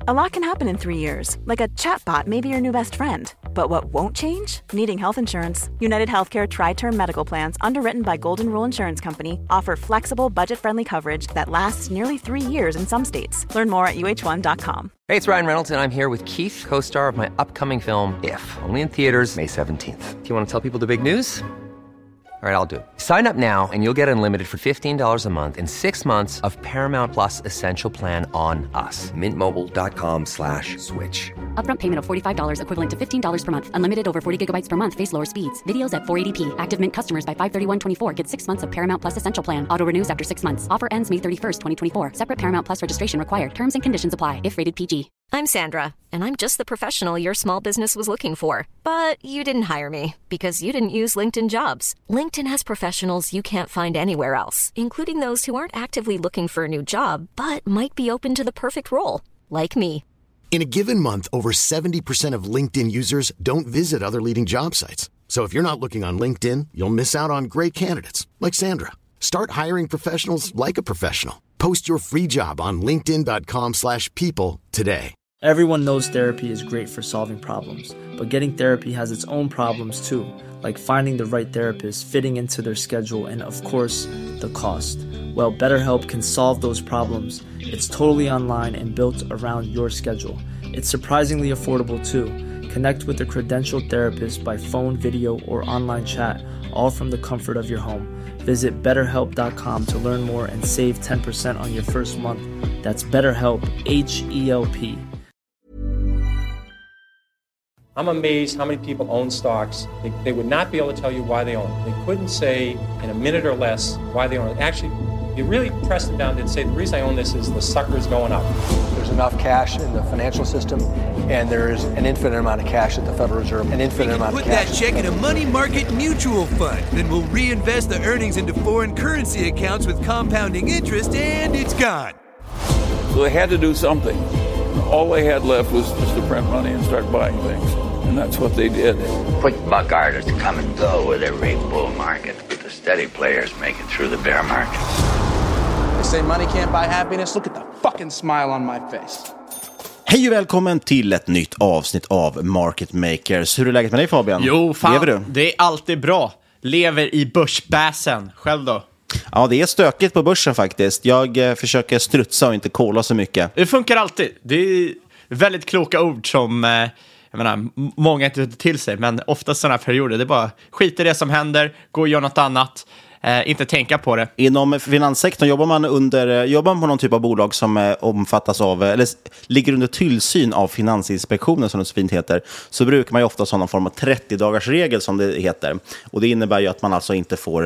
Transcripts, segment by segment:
A lot can happen in 3 years, like a chatbot may be your new best friend. But what won't change? Needing health insurance. United Healthcare Tri-Term Medical Plans, underwritten by Golden Rule Insurance Company, offer flexible, budget-friendly coverage that lasts nearly 3 years in some states. Learn more at uh1.com. Hey, it's Ryan Reynolds, and I'm here with Keith, co-star of my upcoming film, If, only in theaters May 17th. Do you want to tell people the big news? All right, I'll do it. Sign up now and you'll get unlimited for $15 a month and 6 months of Paramount Plus Essential Plan on us. MintMobile.com/switch. Upfront payment of $45 equivalent to $15 per month. Unlimited over 40 gigabytes per month. Face lower speeds. Videos at 480p. Active Mint customers by 531.24 get 6 months of Paramount Plus Essential Plan. Auto renews after 6 months. Offer ends May 31st, 2024. Separate Paramount Plus registration required. Terms and conditions apply if rated PG. I'm Sandra, and I'm just the professional your small business was looking for. But you didn't hire me because you didn't use LinkedIn Jobs. LinkedIn has professionals you can't find anywhere else, including those who aren't actively looking for a new job, but might be open to the perfect role, like me. In a given month, over 70% of LinkedIn users don't visit other leading job sites. So if you're not looking on LinkedIn, you'll miss out on great candidates like Sandra. Start hiring professionals like a professional. Post your free job on linkedin.com/people today. Everyone knows therapy is great for solving problems, but getting therapy has its own problems too, like finding the right therapist, fitting into their schedule, and of course, the cost. Well, BetterHelp can solve those problems. It's totally online and built around your schedule. It's surprisingly affordable too. Connect with a credentialed therapist by phone, video, or online chat, all from the comfort of your home. Visit BetterHelp.com to learn more and save 10% on your first month. That's BetterHelp, H-E-L-P. I'm amazed how many people own stocks. They would not be able to tell you why they own it. They couldn't say in a minute or less why they own it. Actually, you really press them down and say, the reason I own this is the sucker's going up. There's enough cash in the financial system, and there's an infinite amount of cash at the Federal Reserve, an infinite amount of cash. Put that check in a money market mutual fund. Then we'll reinvest the earnings into foreign currency accounts with compounding interest, and it's gone. So they had to do something. All they had left was just to print money and start buying things. And that's what they did. Quick buck artists come and go with every bull market, but the steady players make it through the bear market. They say money can't buy happiness. Look at the fucking smile on my face. Hej och välkommen till ett nytt avsnitt av Market Makers. Hur är läget med dig, Fabian? Jo, fan, lever du? Det är alltid bra. Lever i börsbäsen. Själv då? Ja, det är stökigt på börsen faktiskt. Jag försöker strutsa och inte kolla så mycket. Det funkar alltid. Det är väldigt kloka ord som jag menar, många inte till sig. Men ofta sådana här perioder, det är bara skit i det som händer, gå och göra något annat. Inte tänka på det. Inom finanssektorn jobbar man på någon typ av bolag som omfattas av, eller ligger under tillsyn av Finansinspektionen, som det så fint heter, så brukar man ju ofta ha någon form av 30-dagars regel som det heter. Och det innebär ju att man alltså inte får,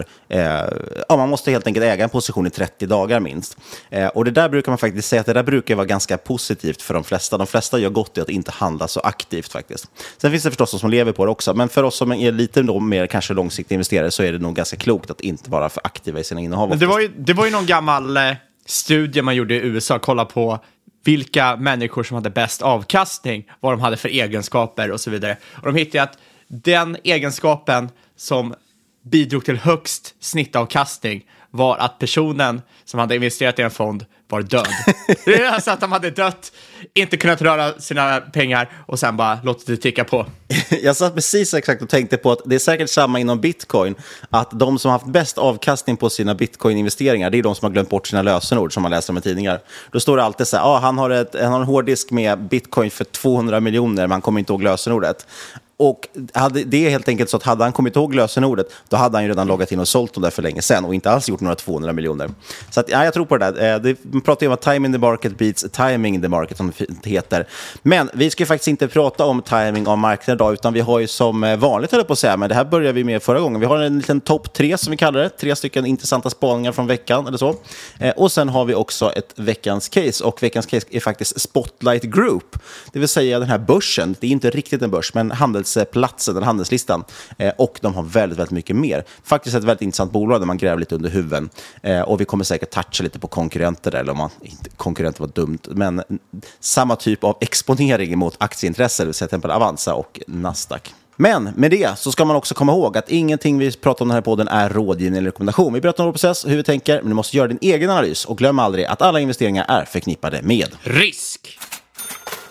man måste helt enkelt äga en position i 30 dagar minst. Och det där brukar man faktiskt säga att det där brukar vara ganska positivt för de flesta. De flesta gör gott i att inte handla så aktivt faktiskt. Sen finns det förstås de som lever på det också, men för oss som är lite mer kanske långsiktiga investerare så är det nog ganska klokt att inte vara för aktiva i sina innehav. Men det var ju någon gammal studie man gjorde i USA, kolla på vilka människor som hade bäst avkastning, vad de hade för egenskaper och så vidare. Och de hittade att den egenskapen som bidrog till högst snittavkastning var att personen som hade investerat i en fond var död. Det är alltså att de hade dött, inte kunnat röra sina pengar och sen bara låtit det ticka på. Jag satt precis exakt och tänkte på att det är säkert samma inom Bitcoin, att de som har haft bäst avkastning på sina Bitcoin-investeringar, det är de som har glömt bort sina lösenord som man läser om i tidningar. Då står det alltid så här, han har en hårddisk med Bitcoin för 200 miljoner, men han kommer inte ihåg lösenordet. Och det är helt enkelt så att hade han kommit ihåg lösenordet, då hade han ju redan loggat in och sålt dem där för länge sedan och inte alls gjort några 200 miljoner. Så att, ja, jag tror på det där. Man pratar ju om att time in the market beats timing in the market, som det heter. Men vi ska faktiskt inte prata om timing av marknaden idag, utan vi har ju som vanligt, höll på att säga, men det här började vi med förra gången. Vi har en liten topp 3 som vi kallar det. 3 stycken intressanta spaningar från veckan eller så. Och sen har vi också ett veckans case, och veckans case är faktiskt Spotlight Group. Det vill säga den här börsen. Det är inte riktigt en börs, men handelsplatsen, den handelslistan. Och de har väldigt, väldigt mycket mer. Faktiskt ett väldigt intressant bolag där man gräver lite under huven. Och vi kommer säkert toucha lite på konkurrenter där, eller om inte konkurrenter var dumt, men samma typ av exponering mot aktieintressen, det vill säga till exempel Avanza och Nasdaq. Men med det så ska man också komma ihåg att ingenting vi pratar om den här podden är rådgivning eller rekommendation. Vi berättar om vår process, hur vi tänker, men du måste göra din egen analys, och glöm aldrig att alla investeringar är förknippade med risk.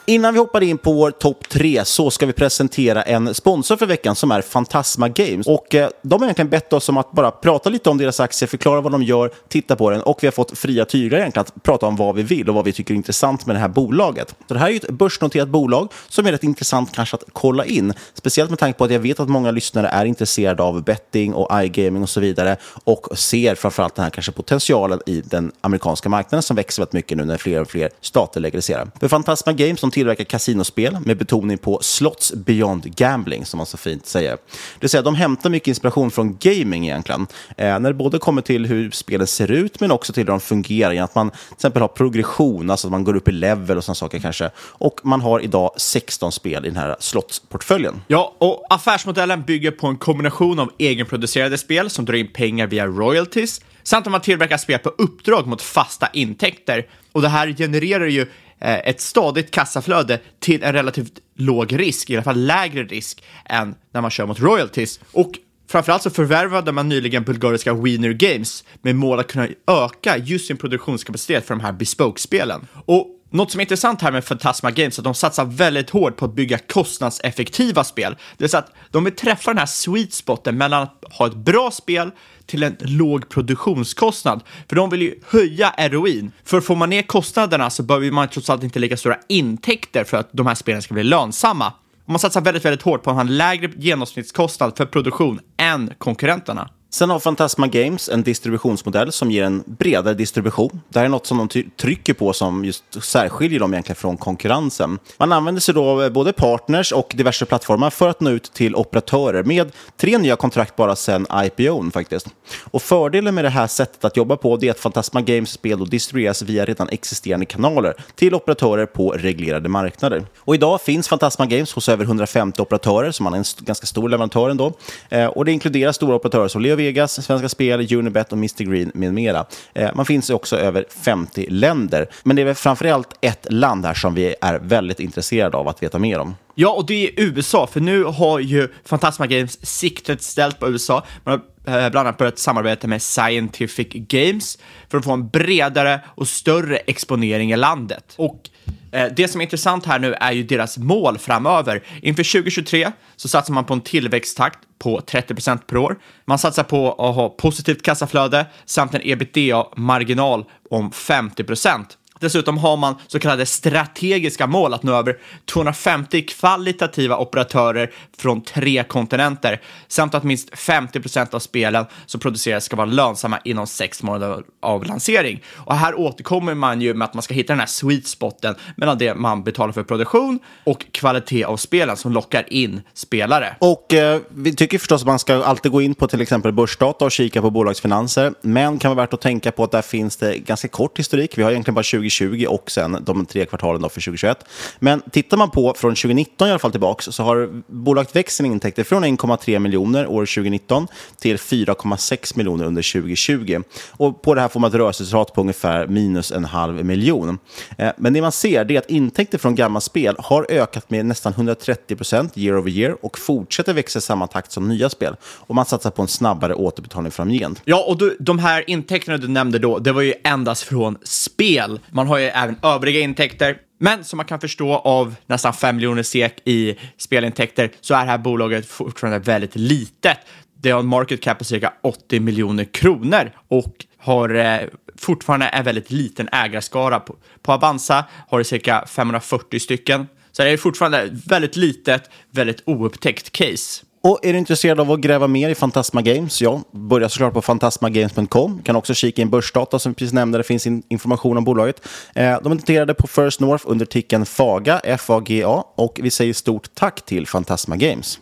Innan vi hoppar in på vår topp 3 så ska vi presentera en sponsor för veckan som är Fantasma Games. Och de har egentligen bett oss om att bara prata lite om deras aktier, förklara vad de gör, titta på den. Och vi har fått fria tyglar egentligen att prata om vad vi vill och vad vi tycker är intressant med det här bolaget. Så det här är ju ett börsnoterat bolag som är rätt intressant kanske att kolla in. Speciellt med tanke på att jag vet att många lyssnare är intresserade av betting och iGaming och så vidare. Och ser framförallt den här kanske potentialen i den amerikanska marknaden som växer väldigt mycket nu när fler och fler stater legaliserar. För Fantasma Games som tillverkar kasinospel med betoning på slots beyond gambling, som man så fint säger. Det vill säga, de hämtar mycket inspiration från gaming egentligen. När det både kommer till hur spelen ser ut men också till hur de fungerar. Att man till exempel har progression, alltså att man går upp i level och sådana saker kanske. Och man har idag 16 spel i den här slottsportföljen. Ja, och affärsmodellen bygger på en kombination av egenproducerade spel som drar in pengar via royalties samt att man tillverkar spel på uppdrag mot fasta intäkter. Och det här genererar ju ett stadigt kassaflöde till en relativt låg risk, i alla fall lägre risk än när man kör mot royalties. Och framförallt så förvärvade man nyligen bulgariska Wiener Games med mål att kunna öka just sin produktionskapacitet för de här bespoke-spelen. Och något som är intressant här med Fantasma Games är att de satsar väldigt hårt på att bygga kostnadseffektiva spel. Det är så att de vill träffa den här sweet spoten mellan att ha ett bra spel till en låg produktionskostnad. För de vill ju höja ROI:n. För får man ner kostnaderna så behöver man trots allt inte lägga stora intäkter för att de här spelen ska bli lönsamma. Och man satsar väldigt, väldigt hårt på att ha en lägre genomsnittskostnad för produktion än konkurrenterna. Sen har Fantasma Games en distributionsmodell som ger en bredare distribution. Det här är något som de trycker på som just särskiljer dem egentligen från konkurrensen. Man använder sig då av både partners och diverse plattformar för att nå ut till operatörer med 3 nya kontrakt bara sedan IPO:n faktiskt. Och fördelen med det här sättet att jobba på är att Fantasma Games spel då distribueras via redan existerande kanaler till operatörer på reglerade marknader. Och idag finns Fantasma Games hos över 150 operatörer, som man är en ganska stor leverantör ändå. Och det inkluderar stora operatörer som Vegas, Svenska Spel, Unibet och Mr. Green med mera. Man finns också över 50 länder. Men det är väl framförallt ett land här som vi är väldigt intresserade av att veta mer om. Ja, och det är USA, för nu har ju Fantasma Games siktet ställt på USA. Man har bland annat börjat samarbeta med Scientific Games för att få en bredare och större exponering i landet. Och det som är intressant här nu är ju deras mål framöver. Inför 2023 så satsar man på en tillväxttakt på 30% per år. Man satsar på att ha positivt kassaflöde samt en EBITDA-marginal om 50%. Dessutom har man så kallade strategiska mål att nå över 250 kvalitativa operatörer från 3 kontinenter samt att minst 50% av spelen som produceras ska vara lönsamma inom 6 månader av lansering. Och här återkommer man ju med att man ska hitta den här sweet spoten mellan det man betalar för produktion och kvalitet av spelen som lockar in spelare. Och vi tycker förstås att man ska alltid gå in på till exempel börsdata och kika på bolagsfinanser, men kan vara värt att tänka på att där finns det ganska kort historik. Vi har egentligen bara 2020 och sen de 3 kvartalen då för 2021. Men tittar man på från 2019 i alla fall tillbaks så har bolaget växt sina intäkter från 1,3 miljoner år 2019 till 4,6 miljoner under 2020. Och på det här får man ett rörelseresultat på ungefär minus 0,5 miljon. Men det man ser är att intäkter från gamla spel har ökat med nästan 130% year over year och fortsätter växa i samma takt som nya spel. Och man satsar på en snabbare återbetalning framgent. Ja, och de här intäkterna du nämnde då, det var ju endast från spel. Man har ju även övriga intäkter. Men som man kan förstå av nästan 5 miljoner SEK i spelintäkter så är det här bolaget fortfarande väldigt litet. Det har en market cap på cirka 80 miljoner kronor och har fortfarande en väldigt liten ägarskara. På Avanza har det cirka 540 stycken. Så det är fortfarande väldigt litet, väldigt oupptäckt case. Och är du intresserad av att gräva mer i Fantasma Games? Ja, börja såklart på fantasmagames.com. Kan också kika in börsdata som vi precis nämnde. Det finns information om bolaget. De är noterade på First North under ticken FAGA, F-A-G-A. Och vi säger stort tack till Fantasma Games.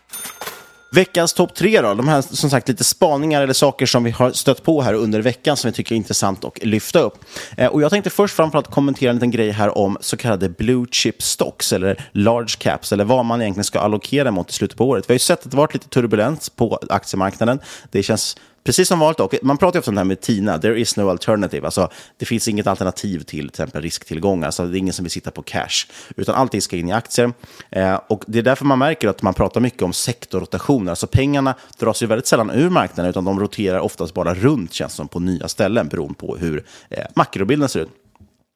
Veckans topp 3 då, de här som sagt lite spaningar eller saker som vi har stött på här under veckan som vi tycker är intressant att lyfta upp. Och jag tänkte först framförallt kommentera en liten grej här om så kallade blue chip stocks eller large caps eller vad man egentligen ska allokera mot i slutet på året. Vi har ju sett att det varit lite turbulens på aktiemarknaden. Det känns precis som vanligt dock. Man pratar ju ofta om det här med TINA, there is no alternative. Alltså, det finns inget alternativ till exempel risktillgångar. Alltså, det är ingen som vill sitta på cash. Utan allting ska in i aktier. Och det är därför man märker att man pratar mycket om sektorrotationer. Alltså pengarna dras ju väldigt sällan ur marknaden utan de roterar oftast bara runt, känns som, på nya ställen beroende på hur makrobilden ser ut.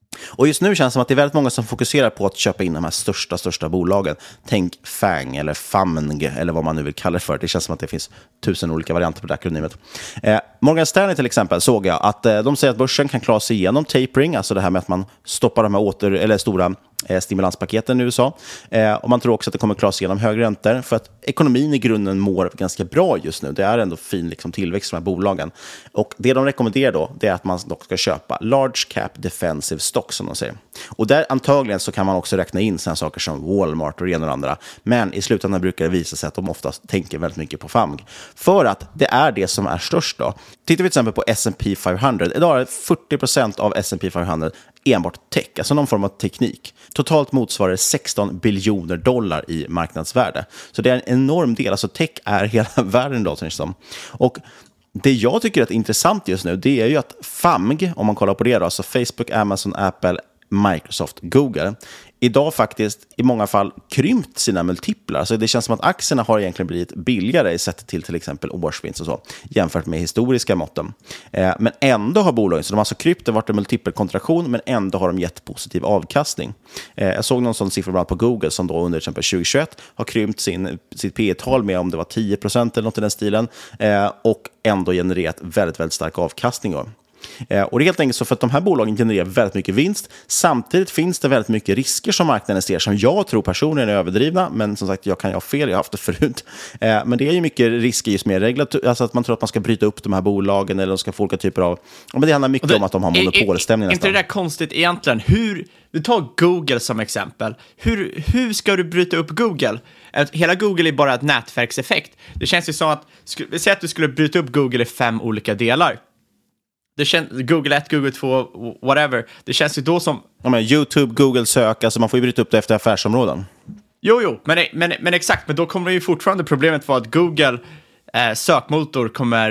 Och just nu känns det som att det är väldigt många som fokuserar på att köpa in de här största bolagen. Tänk FANG eller FAMNG eller vad man nu vill kalla det för. Det känns som att det finns 1000 olika varianter på det akronymet. Morgan Stanley till exempel såg jag att de säger att börsen kan klara sig igenom tapering, alltså det här med att man stoppar de här stora stimulanspaketen i USA. Och man tror också att det kommer klara sig igenom högre räntor för att ekonomin i grunden mår ganska bra just nu. Det är ändå fin tillväxt för de här bolagen. Och det de rekommenderar då, det är att man dock ska köpa large cap defensive stocks som de säger. Och där antagligen så kan man också räkna in sådana saker som Walmart och det ena och andra. Men i slutändan brukar det visa sig att de oftast tänker väldigt mycket på FAMG. För att det är det som är störst då. Tittar vi till exempel på S&P 500. Idag är 40% av S&P 500 enbart tech, alltså någon form av teknik. Totalt motsvarar det $16 biljoner i marknadsvärde. Så det är en enorm del. Alltså tech är hela världen då. Och det jag tycker är intressant just nu, det är ju att FAMG, om man kollar på det då, alltså Facebook, Amazon, Apple, Microsoft, Google, idag faktiskt i många fall krympt sina multiplar. Så det känns som att aktierna har egentligen blivit billigare sett till exempel årsvinst och så, jämfört med historiska måtten. Men ändå har bolagen, så de har alltså krympt, det har varit en multipelkontraktion, men ändå har de gett positiv avkastning. Jag såg någon sån siffra bland på Google som då under till exempel 2021 har krympt sitt P/tal med om det var 10% eller något i den stilen, och ändå genererat väldigt, väldigt stark avkastning. Och det är helt enkelt så för att de här bolagen genererar väldigt mycket vinst. Samtidigt finns det väldigt mycket risker som marknaden ser som jag tror personligen är överdrivna, men som sagt, jag kan ju ha fel, jag har haft det förut. Men det är ju mycket risker just med alltså att man tror att man ska bryta upp de här bolagen eller de ska få olika typer av... Men det handlar mycket om att de har monopolstämning nästan. Inte det där konstigt egentligen? Du tar Google som exempel. Hur ska du bryta upp Google? Hela Google är bara ett nätverkseffekt. Det känns ju som att, säg att du skulle bryta upp Google i 5 olika delar. Google 1, Google 2, whatever. Det känns ju då som... Ja, men YouTube, Google sök, alltså man får ju bryta upp det efter affärsområden. Jo, men exakt. Men då kommer ju fortfarande problemet vara att Google sökmotor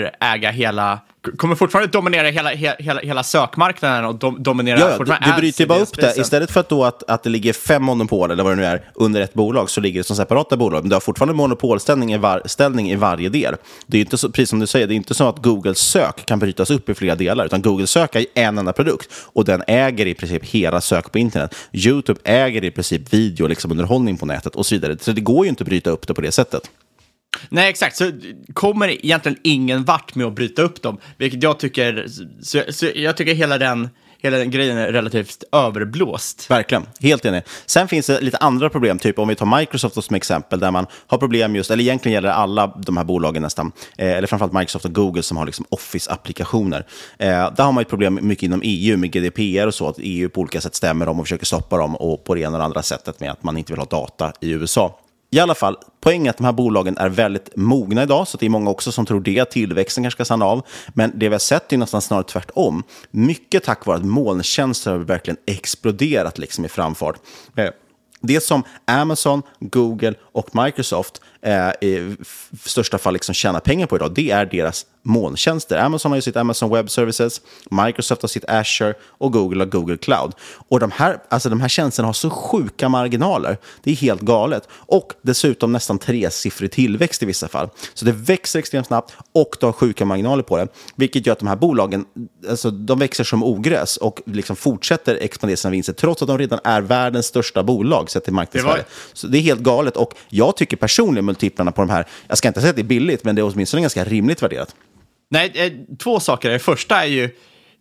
kommer fortfarande dominera hela sökmarknaden och dominera fortfarande. Du bryter bara upp det. Istället för att, då att det ligger 5 monopol eller vad det nu är under ett bolag, så ligger det som separata bolag. Men du har fortfarande monopolställning i varje del. Det är inte så, precis som du säger, det är inte så att Googles sök kan brytas upp i flera delar, utan Google sök är en enda produkt och den äger i princip hela sök på internet. YouTube äger i princip video, underhållning på nätet och så vidare. Så det går ju inte att bryta upp det på det sättet. Nej, exakt. Så kommer egentligen ingen vart med att bryta upp dem, vilket jag tycker... Så jag tycker hela den grejen är relativt överblåst. Verkligen, helt enig. Sen finns det lite andra problem, typ om vi tar Microsoft som exempel, där man har problem just, eller egentligen gäller alla de här bolagen nästan, eller framförallt Microsoft och Google som har Office-applikationer. Där har man ett problem mycket inom EU med GDPR och så, att EU på olika sätt stämmer dem och försöker stoppa dem, och på det ena eller andra sättet med att man inte vill ha data i USA. I alla fall, poängen är att de här bolagen är väldigt mogna idag, så det är många också som tror det, att tillväxten kanske ska stanna av. Men det vi har sett är nästan snarare tvärtom. Mycket tack vare att molntjänster har verkligen exploderat i framfart. Det som Amazon, Google och Microsoft i största fall tjänar pengar på idag, det är deras molntjänster. Amazon har ju sitt Amazon Web Services, Microsoft har sitt Azure och Google har Google Cloud. Och de här tjänsterna har så sjuka marginaler. Det är helt galet. Och dessutom nästan 3-siffrig tillväxt i vissa fall. Så det växer extremt snabbt och de har sjuka marginaler på det. Vilket gör att de här bolagen, de växer som ogräs och fortsätter expandera sina vinster trots att de redan är världens största bolag sett till marknadsvärde. Så det är helt galet, och jag tycker personligen multiplarna på de här, jag ska inte säga att det är billigt, men det är åtminstone ganska rimligt värderat. Nej, 2 saker. Det första är ju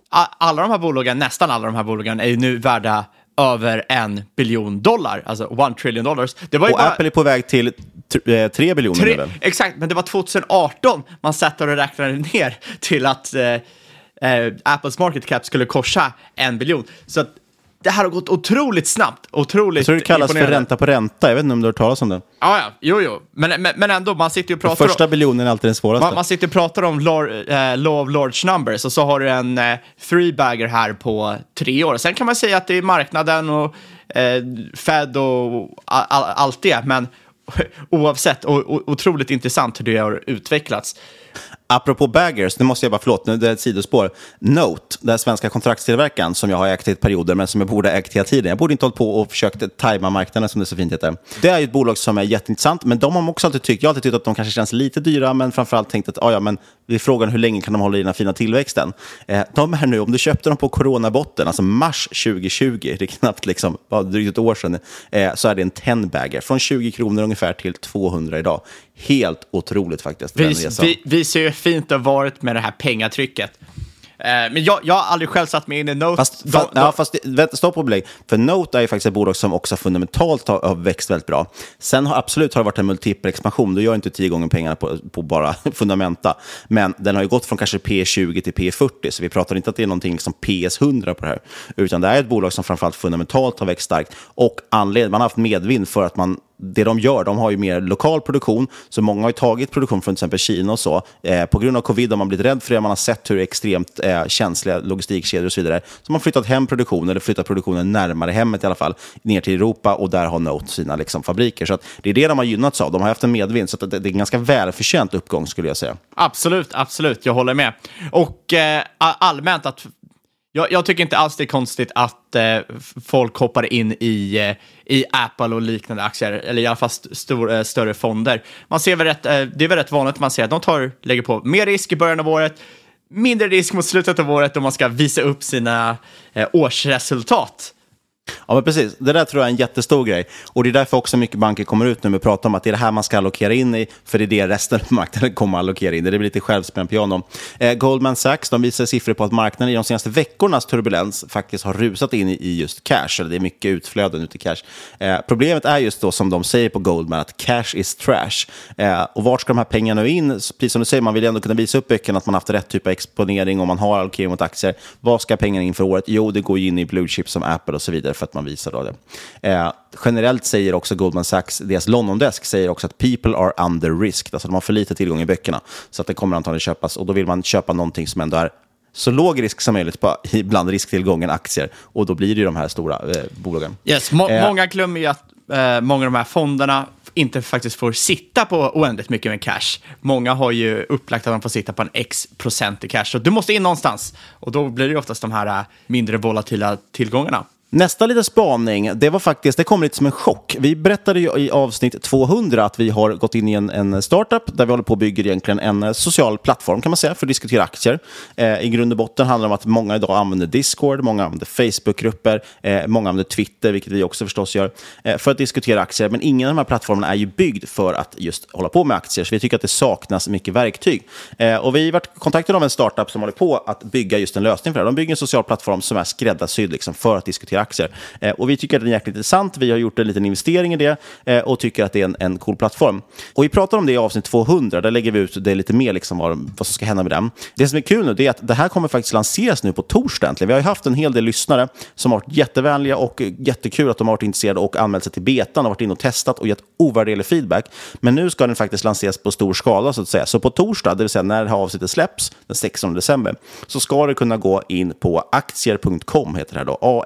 nästan alla de här bolagen är ju nu värda över $1 billion, alltså $1 trillion. Det var ju Apple är på väg till 3 biljoner. Exakt, men det var 2018 man satt och räknade ner till att Apples market cap skulle korsa 1 biljon. Så att det här har gått otroligt snabbt. Jag tror det kallas för ränta på ränta. Jag vet inte om du har hört talas om det. Ja. Jo. Men ändå, man sitter ju och pratar första biljonen är alltid den svåraste. Man sitter och pratar om law of large numbers, och så har du en three-bagger här på 3 år. Sen kan man säga att det är marknaden och Fed och allt det, men oavsett, och otroligt intressant hur det har utvecklats. Apropå baggers, nu måste jag bara, förlåt, nu det är ett sidospår. Note, den svenska kontraktstillverkaren som jag har ägt i ett perioder, men som jag borde ägt hela tiden. Jag borde inte hållit på och försökt tajma marknaden, som det så fint heter. Det är ju ett bolag som är jätteintressant, men de har också alltid tyckt, jag har alltid tyckt att de kanske känns lite dyra, men framförallt tänkt att men vi frågar hur länge kan de hålla i den här fina tillväxten. De är nu, om du köpte dem på coronabotten, alltså mars 2020, det är knappt liksom, drygt ett år sedan, så är det en 10-bagger från 20 kronor ungefär till 200 idag. Helt otroligt faktiskt. Vi ser ju fint att ha varit med det här pengatrycket. Men jag har aldrig själv satt mig in i Note. Fast vänta, stopp och belägg. För Note är ju faktiskt ett bolag som också fundamentalt har växt väldigt bra. Sen har det varit en multipel expansion. Du gör inte 10 gånger pengarna på bara fundamenta. Men den har ju gått från kanske P20 till P40. Så vi pratar inte att det är någonting som PS100 på det här. Utan det är ett bolag som framförallt fundamentalt har växt starkt. Och man har haft medvind för att det de gör, de har ju mer lokal produktion, så många har ju tagit produktion från till exempel Kina och så. På grund av covid har man blivit rädd för det, man har sett hur extremt känsliga logistikkedjor och så vidare. Så man har flyttat hem produktion, eller flyttat produktionen närmare hemmet i alla fall, ner till Europa, och där har Note sina liksom fabriker. Så att det är det de har gynnats av. De har haft en medvind, så att det är en ganska välförtjänt uppgång skulle jag säga. Absolut, jag håller med. Och allmänt att jag tycker inte alls det är konstigt att folk hoppar in i Apple och liknande aktier, eller i alla fall större fonder. Man ser det är väl rätt vanligt att man ser att de lägger på mer risk i början av året, mindre risk mot slutet av året, om man ska visa upp sina årsresultat. Ja, men precis. Det där tror jag är en jättestor grej. Och det är därför också mycket banker kommer ut nu med att prata om att det är det här man ska allokera in i, för det är det resten av marknaden kommer att allokera in. Det blir lite självspelande piano. Goldman Sachs, de visar siffror på att marknaden i de senaste veckornas turbulens faktiskt har rusat in i just cash, eller det är mycket utflöden ut i cash. Problemet är just då, som de säger på Goldman, att cash is trash. Och vart ska de här pengarna nu in? Precis som du säger, man vill ändå kunna visa upp böckerna att man har haft rätt typ av exponering och man har allokering mot aktier. Vad ska pengarna in för året? Jo, det går in i blue chips som Apple och så vidare, för att man visar då det. Generellt säger också Goldman Sachs, deras London-desk säger också att people are under risk, alltså de har för lite tillgång i böckerna, så att det kommer antagligen köpas, och då vill man köpa någonting som ändå är så låg risk som möjligt bland risktillgången aktier, och då blir det ju de här stora bolagen. Yes, många glömmer ju att många av de här fonderna inte faktiskt får sitta på oändligt mycket med cash. Många har ju upplagt att de får sitta på en x% i cash, så du måste in någonstans, och då blir det ju oftast de här mindre volatila tillgångarna. Nästa lite spaning, det kom lite som en chock. Vi berättade ju i avsnitt 200 att vi har gått in i en startup där vi håller på och bygger egentligen en social plattform, kan man säga, för att diskutera aktier. I grund och botten handlar det om att många idag använder Discord, många använder Facebookgrupper, många använder Twitter, vilket vi också förstås gör, för att diskutera aktier. Men ingen av de här plattformarna är ju byggd för att just hålla på med aktier, så vi tycker att det saknas mycket verktyg. Och vi har varit kontaktade av en startup som håller på att bygga just en lösning för det. De bygger en social plattform som är skräddarsydd liksom för att diskutera aktier. Och vi tycker att det är jäkligt intressant. Vi har gjort en liten investering i det och tycker att det är en cool plattform. Och vi pratar om det i avsnitt 200. Där lägger vi ut det lite mer liksom vad som ska hända med den. Det som är kul nu, det är att det här kommer faktiskt lanseras nu på torsdag äntligen. Vi har ju haft en hel del lyssnare som har varit jättevänliga och jättekul att de har varit intresserade och anmält sig till betan och varit in och testat och gett ovärderlig feedback. Men nu ska den faktiskt lanseras på stor skala, så att säga. Så på torsdag, det vill säga när det här avsnittet släpps den 16 december, så ska det kunna gå in på aktier.com, heter det här då,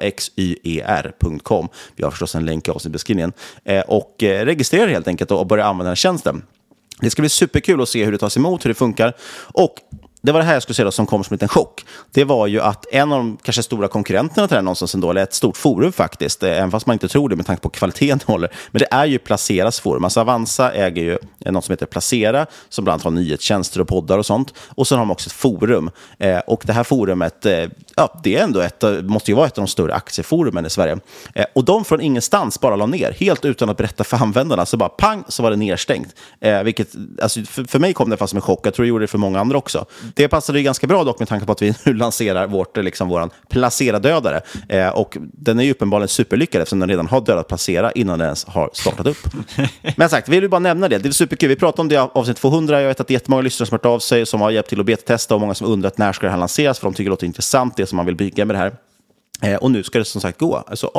axyer.com. Vi har förstås en länk i avsnittbeskrivningen. Och registrera helt enkelt och börja använda den tjänsten. Det ska bli superkul att se hur det tas emot, hur det funkar. Och det var det här jag skulle säga då, som kom som en liten chock. Det var ju att en av de kanske stora konkurrenterna till det här någonstans ändå, eller ett stort forum faktiskt, även fast man inte tror det med tanke på kvaliteten håller, men det är ju Placeras forum. Alltså Avanza äger ju något som heter Placera, som bland annat har nyhetstjänster och poddar och sånt. Och så har de också ett forum. Och det här forumet, det är ändå måste ju vara ett av de större aktieforumen i Sverige. Och de från ingenstans bara la ner, helt utan att berätta för användarna. Så bara pang, så var det nedstängt. Vilket, alltså, för mig kom det fast som en chock. Jag tror det gjorde det för många andra också. Det passade ju ganska bra dock med tanke på att vi nu lanserar våran Placera-dödare. Och den är ju uppenbarligen superlyckad eftersom den redan har dödat Placera innan den ens har startat upp. Men sagt, vi vill bara nämna det. Det är superkul. Vi pratade om det i avsnitt 200. Jag vet att det är jättemånga lyssnare som har hört av sig, som har hjälpt till att beta-testa, och många som undrat när ska det här lanseras, för de tycker det låter intressant, det som man vill bygga med det här. Och nu ska det som sagt gå. Alltså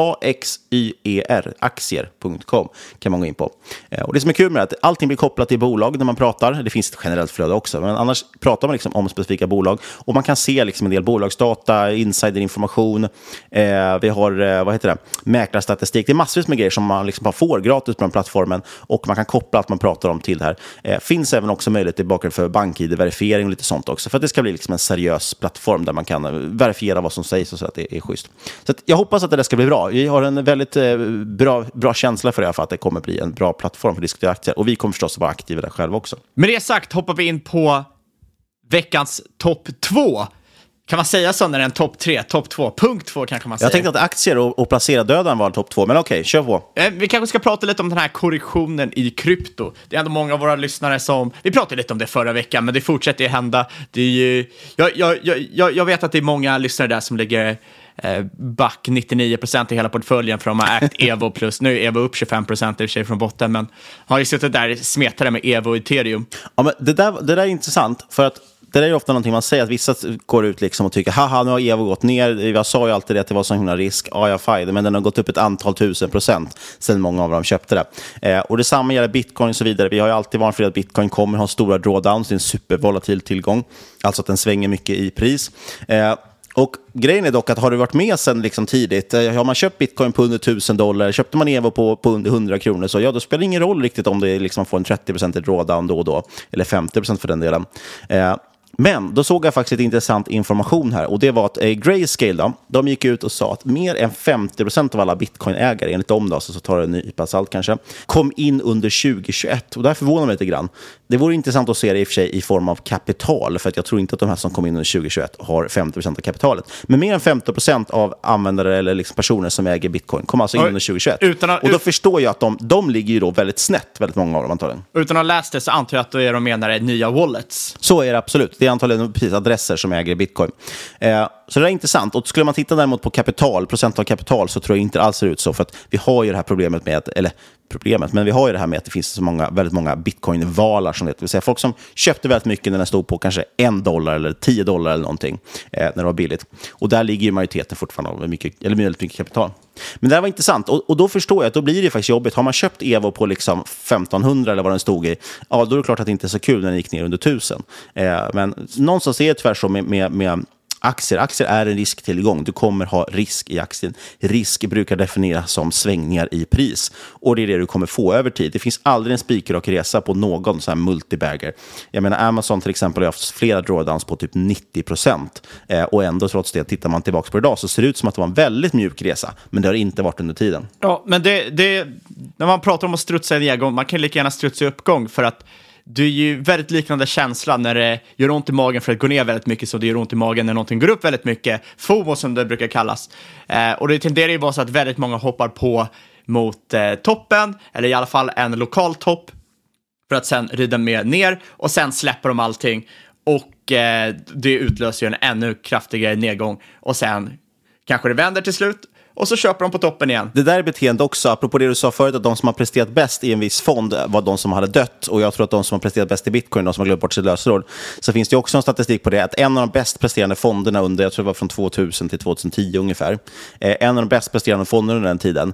AXYER, aktier.com kan man gå in på. Och det som är kul med det är att allting blir kopplat till bolag när man pratar. Det finns ett generellt flöde också, men annars pratar man liksom om specifika bolag. Och man kan se liksom en del bolagsdata, insiderinformation. Vi har mäklarstatistik. Det är massvis med grejer som man liksom bara får gratis på den plattformen. Och man kan koppla att man pratar om till det här. Finns även också möjlighet till bakgrund för bank-ID-verifiering och lite sånt också. För att det ska bli liksom en seriös plattform där man kan verifiera vad som sägs och så att det är schysst. Så att jag hoppas att det ska bli bra. Vi har en väldigt bra känsla för det här, för att det kommer bli en bra plattform för att diskutera aktier. Och vi kommer förstås att vara aktiva där själva också. Med det sagt hoppar vi in på veckans topp 2. Kan man säga så när det är en topp 3, topp 2, punkt 2 kanske man säger? Jag tänkte att aktier och placera döden var topp 2, men okej, kör på. Vi kanske ska prata lite om den här korrektionen i krypto. Det är ändå många av våra lyssnare som... Vi pratade lite om det förra veckan, men det fortsätter ju hända. Det är ju... Jag vet att det är många lyssnare där som ligger back 99% i hela portföljen, för de har ägt Evo plus. Nu är Evo upp 25% i och för sig från botten, men har ju suttit där smetade med Evo och Ethereum. Ja, men det där är intressant, för att det är ju ofta någonting man säger, att vissa går ut liksom och tycker haha, nu har Evo gått ner. Jag sa ju alltid det, att det var sån himla risk. Ja, jag fajde, men den har gått upp ett antal 1000% sedan många av dem köpte det. Och detsamma gäller Bitcoin och så vidare. Vi har ju alltid varit för att Bitcoin kommer ha stora drawdowns. Det är en supervolatil tillgång. Alltså att den svänger mycket i pris. Och grejen är dock att har du varit med sen liksom tidigt, har man köpt Bitcoin på under $1,000, köpte man Evo på under 100 kronor, så ja, då spelar det ingen roll riktigt om det liksom får en 30% drawdown då och då, eller 50% för den delen. Men då såg jag faktiskt ett intressant information här, och det var att Grayscale då, de gick ut och sa att mer än 50% av alla bitcoin-ägare, enligt dem då, så tar det en nypa salt kanske, kom in under 2021, och det här förvånar mig lite grann. Det vore intressant att se det i och för sig i form av kapital, för att jag tror inte att de här som kom in under 2021 har 50% av kapitalet. Men mer än 50% av användare eller liksom personer som äger bitcoin kom alltså in under 2021. Och då förstår jag att de ligger ju då väldigt snett, väldigt många av dem antagligen. Utan att ha läst det så antar jag att då är de menar nya wallets. Så är det absolut. Det är antagligen adresser som äger bitcoin. Så det är intressant. Och skulle man titta däremot på kapital, procent av kapital, så tror jag inte alls ser ut så. För att vi har ju det här problemet med att, men vi har ju det här med att det finns så väldigt många bitcoin-valar, som det vill säga folk som köpte väldigt mycket när den stod på kanske $1 eller $10 eller någonting, när det var billigt. Och där ligger ju majoriteten fortfarande av väldigt mycket kapital. Men det här var intressant, och då förstår jag att då blir det faktiskt jobbigt. Har man köpt Evo på liksom 1500 eller vad den stod i, ja, då är det klart att det inte är så kul när den gick ner under 1000. Men någonstans är det tvärtom med aktier. Aktier är en risktillgång. Du kommer ha risk i aktien. Risk brukar definieras som svängningar i pris. Och det är det du kommer få över tid. Det finns aldrig en spikrak resa på någon sån här multibagger. Jag menar, Amazon till exempel har haft flera drawdowns på typ 90%. Och ändå, trots det, tittar man tillbaka på idag, så ser det ut som att det var en väldigt mjuk resa. Men det har inte varit under tiden. Ja, men det när man pratar om att strutsa i nedgång, man kan lika gärna strutsa i uppgång, för att det är ju väldigt liknande känsla när det gör ont i magen för att gå ner väldigt mycket, så det gör ont i magen när någonting går upp väldigt mycket. FOMO som det brukar kallas. Och det tenderar ju vara så att väldigt många hoppar på mot toppen, eller i alla fall en lokal topp, för att sen rida med ner, och sen släpper de allting. Och det utlöser ju en ännu kraftigare nedgång, och sen kanske det vänder till slut. Och så köper de på toppen igen. Det där är beteende också, apropå det du sa förut, att de som har presterat bäst i en viss fond var de som hade dött. Och jag tror att de som har presterat bäst i bitcoin, de som har glömt bort sitt lösenord. Så finns det också en statistik på det, att en av de bäst presterande fonderna under, jag tror det var från 2000 till 2010 ungefär, en av de bäst presterande fonderna under den tiden,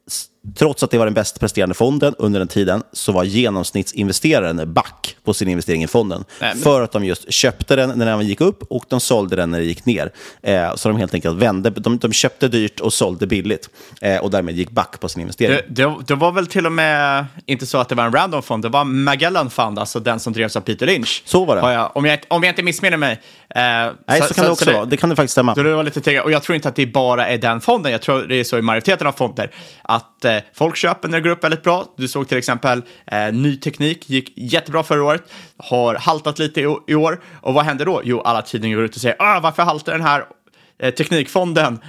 trots att det var den bäst presterande fonden under den tiden, så var genomsnittsinvesteraren back på sin investering i fonden. För att de just köpte den när den gick upp, och de sålde den när det gick ner. Så de helt enkelt vände. De köpte dyrt och sålde billigt. Och därmed gick back på sin investering. Det var väl till och med inte så att det var en random fond. Det var Magellan Fund, alltså den som drevs av Peter Lynch. Så var det. Om jag inte missminner mig. Nej, så kan det också vara. Det kan det faktiskt stämma. Det var lite och jag tror inte att det bara är den fonden. Jag tror det är så i majoriteten av fonder, att folk köper när det går upp väldigt bra. Du såg till exempel ny teknik gick jättebra förra året, har haltat lite i år. Och vad händer då? Jo, alla tidningar går ut och säger varför haltar den här teknikfonden?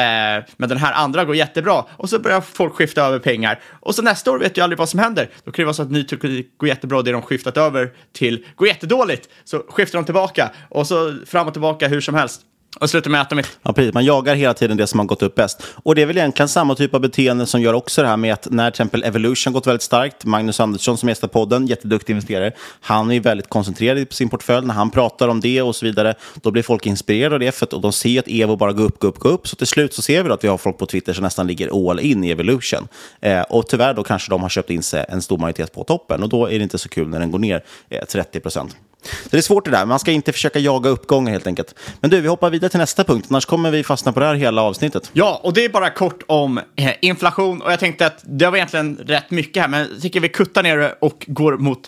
Men den här andra går jättebra. Och så börjar folk skifta över pengar. Och så nästa år vet jag aldrig vad som händer. Då kan det vara så att ny teknik går jättebra, det de skiftat över till går jättedåligt. Så skiftar de tillbaka. Och så fram och tillbaka hur som helst. Och slutar med att de Ja, precis. Man jagar hela tiden det som har gått upp bäst. Och det är väl egentligen samma typ av beteende som gör också det här med att när till exempel Evolution gått väldigt starkt, Magnus Andersson som gästar podden, jätteduktig investerare, han är ju väldigt koncentrerad på sin portfölj. När han pratar om det och så vidare, då blir folk inspirerade av det och de ser att Evo bara går upp. Så till slut så ser vi att vi har folk på Twitter som nästan ligger all in i Evolution. Och tyvärr då kanske de har köpt in sig en stor majoritet på toppen och då är det inte så kul när den går ner 30%. Så det är svårt det där, man ska inte försöka jaga uppgångar helt enkelt. Men du, vi hoppar vidare till nästa punkt, annars kommer vi fastna på det här hela avsnittet. Ja, och det är bara kort om inflation, och jag tänkte att det var egentligen rätt mycket här, men jag tycker vi kuttar ner det och går mot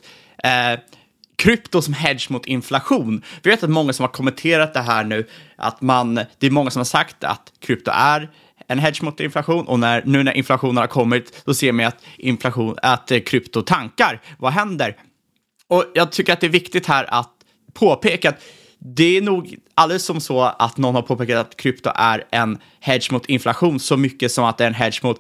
krypto som hedge mot inflation. Vi vet att många som har kommenterat det här nu, att det är många som har sagt att krypto är en hedge mot inflation, och nu när inflationen har kommit, då ser man att krypto tankar. Vad händer? Och jag tycker att det är viktigt här att påpeka att det är nog alldeles som så att någon har påpekat att krypto är en hedge mot inflation så mycket som att det är en hedge mot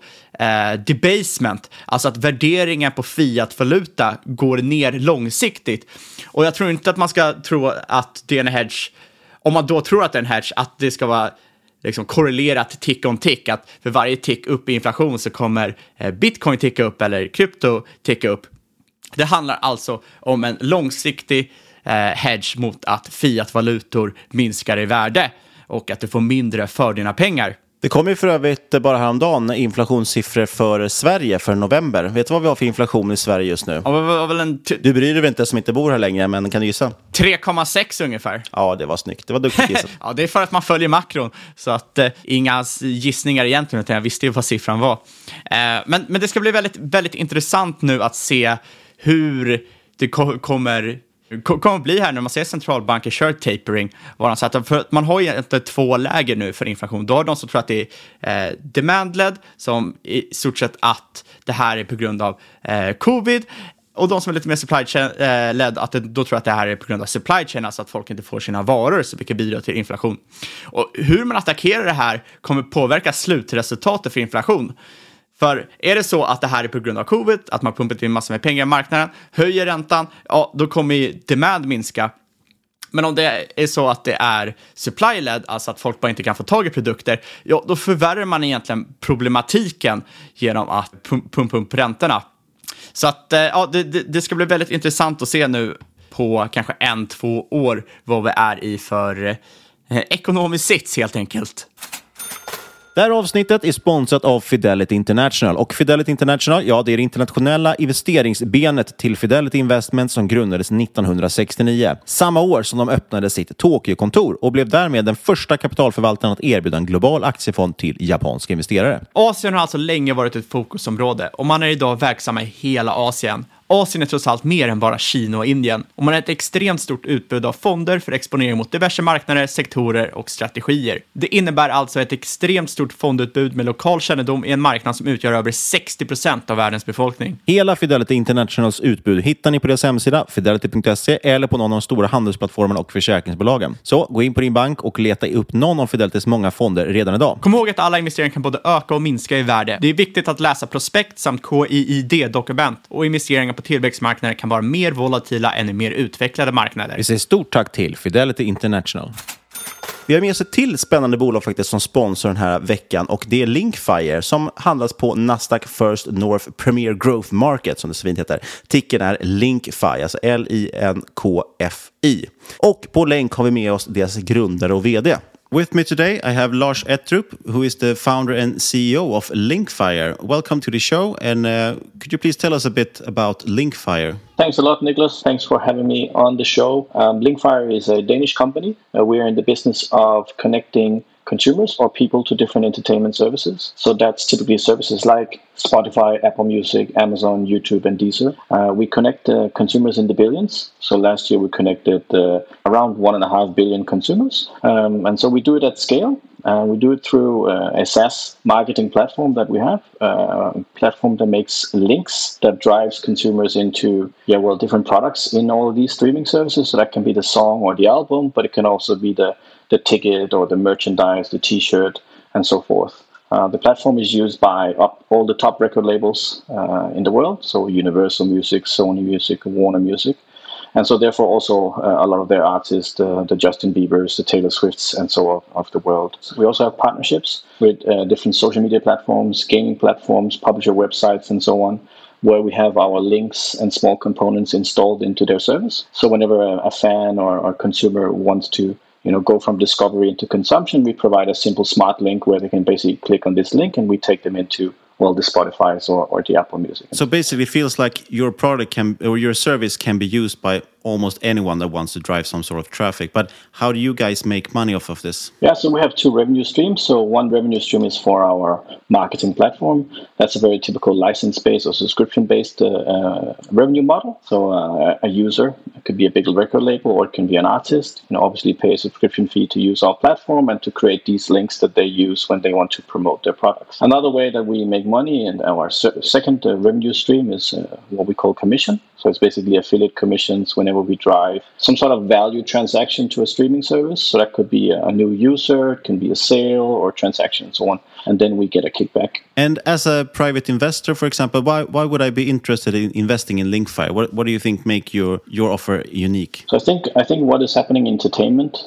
debasement. Alltså att värderingen på fiat-valuta går ner långsiktigt. Och jag tror inte att man ska tro att det är en hedge, om man då tror att det är en hedge, att det ska vara liksom korrelerat tick on tick, att för varje tick upp i inflation så kommer bitcoin ticka upp eller krypto ticka upp. Det handlar alltså om en långsiktig hedge mot att fiat-valutor minskar i värde och att du får mindre för dina pengar. Det kommer ju för övrigt bara häromdagen inflationssiffror för Sverige för november. Vet du vad vi har för inflation i Sverige just nu? Ja, du bryr dig inte som inte bor här längre, men kan du gissa? 3,6 ungefär. Ja, det var snyggt. Det var duktigt gissat. Ja, det är för att man följer makron. Så att inga gissningar egentligen, utan jag visste ju vad siffran var. Men det ska bli väldigt, väldigt intressant nu att se hur det kommer bli här när man ser centralbanker kör tapering. För att man har ju inte två läger nu för inflation. Då har de som tror att det är demand-led, som i stort sett att det här är på grund av covid. Och de som är lite mer supply chain-led, att då tror att det här är på grund av supply chain, alltså att folk inte får sina varor, så vilket bidrar till inflation. Och hur man attackerar det här kommer påverka slutresultatet för inflation. För är det så att det här är på grund av covid, att man pumpat in massor med pengar i marknaden, höjer räntan, ja, då kommer ju demand minska. Men om det är så att det är supply-led, alltså att folk bara inte kan få tag i produkter, ja, då förvärrar man egentligen problematiken genom att pumpa upp räntorna. Så att ja, det ska bli väldigt intressant att se nu på kanske 1-2 år vad vi är i för ekonomisk sits helt enkelt. Det här avsnittet är sponsrat av Fidelity International. Och Fidelity International, ja, det är det internationella investeringsbenet till Fidelity Investment som grundades 1969. Samma år som de öppnade sitt Tokyo-kontor och blev därmed den första kapitalförvaltaren att erbjuda en global aktiefond till japanska investerare. Asien har alltså länge varit ett fokusområde och man är idag verksam i hela Asien. Asien är trots allt mer än bara Kina och Indien. Och man har ett extremt stort utbud av fonder för exponering mot diverse marknader, sektorer och strategier. Det innebär alltså ett extremt stort fondutbud med lokal kännedom i en marknad som utgör över 60% av världens befolkning. Hela Fidelity Internationals utbud hittar ni på deras hemsida, fidelity.se, eller på någon av de stora handelsplattformarna och försäkringsbolagen. Så gå in på din bank och leta upp någon av Fidelitys många fonder redan idag. Kom ihåg att alla investeringar kan både öka och minska i värde. Det är viktigt att läsa prospekt samt KIID-dokument, och investeringar på tillväxtmarknader kan vara mer volatila än i mer utvecklade marknader. Vi säger stort tack till Fidelity International. Vi har med oss ett till spännande bolag faktiskt som sponsor den här veckan, och det är Linkfire som handlas på Nasdaq First North Premier Growth Market, som det så fint heter. Ticken är Linkfire, alltså LINKFI. Och på länk har vi med oss deras grundare och vd. With me today, I have Lars Ettrup, who is the founder and CEO of Linkfire. Welcome to the show, and could you please tell us a bit about Linkfire? Thanks a lot, Nicholas. Thanks for having me on the show. Linkfire is a Danish company. We're in the business of connecting consumers or people to different entertainment services. So that's typically services like Spotify, Apple Music, Amazon, YouTube, and Deezer. We connect consumers in the billions. So last year we connected around 1.5 billion consumers. And so we do it at scale. We do it through a SaaS marketing platform that we have, a platform that makes links that drives consumers into, different products in all of these streaming services. So that can be the song or the album, but it can also be the ticket or the merchandise, the t-shirt, and so forth. The platform is used by all the top record labels in the world, so Universal Music, Sony Music, Warner Music. And so therefore also a lot of their artists, the Justin Biebers, the Taylor Swifts, and so on of the world. We also have partnerships with different social media platforms, gaming platforms, publisher websites, and so on, where we have our links and small components installed into their service. So whenever a fan or a consumer wants to go from discovery into consumption, we provide a simple smart link where they can basically click on this link and we take them into the Spotify's or the Apple Music. So basically it feels like your product or your service can be used by almost anyone that wants to drive some sort of traffic. But how do you guys make money off of this? Yeah, so we have two revenue streams. So one revenue stream is for our marketing platform. That's a very typical license-based or subscription-based revenue model. So a user, it could be a big record label or it can be an artist, obviously pay a subscription fee to use our platform and to create these links that they use when they want to promote their products. Another way that we make money, and our second revenue stream is what we call commission. So it's basically affiliate commissions whenever we drive some sort of value transaction to a streaming service. So that could be a new user, it can be a sale or transaction and so on. And then we get a kickback. And as a private investor, for example, why would I be interested in investing in Linkfire? What do you think make your offer unique? So I think what is happening in entertainment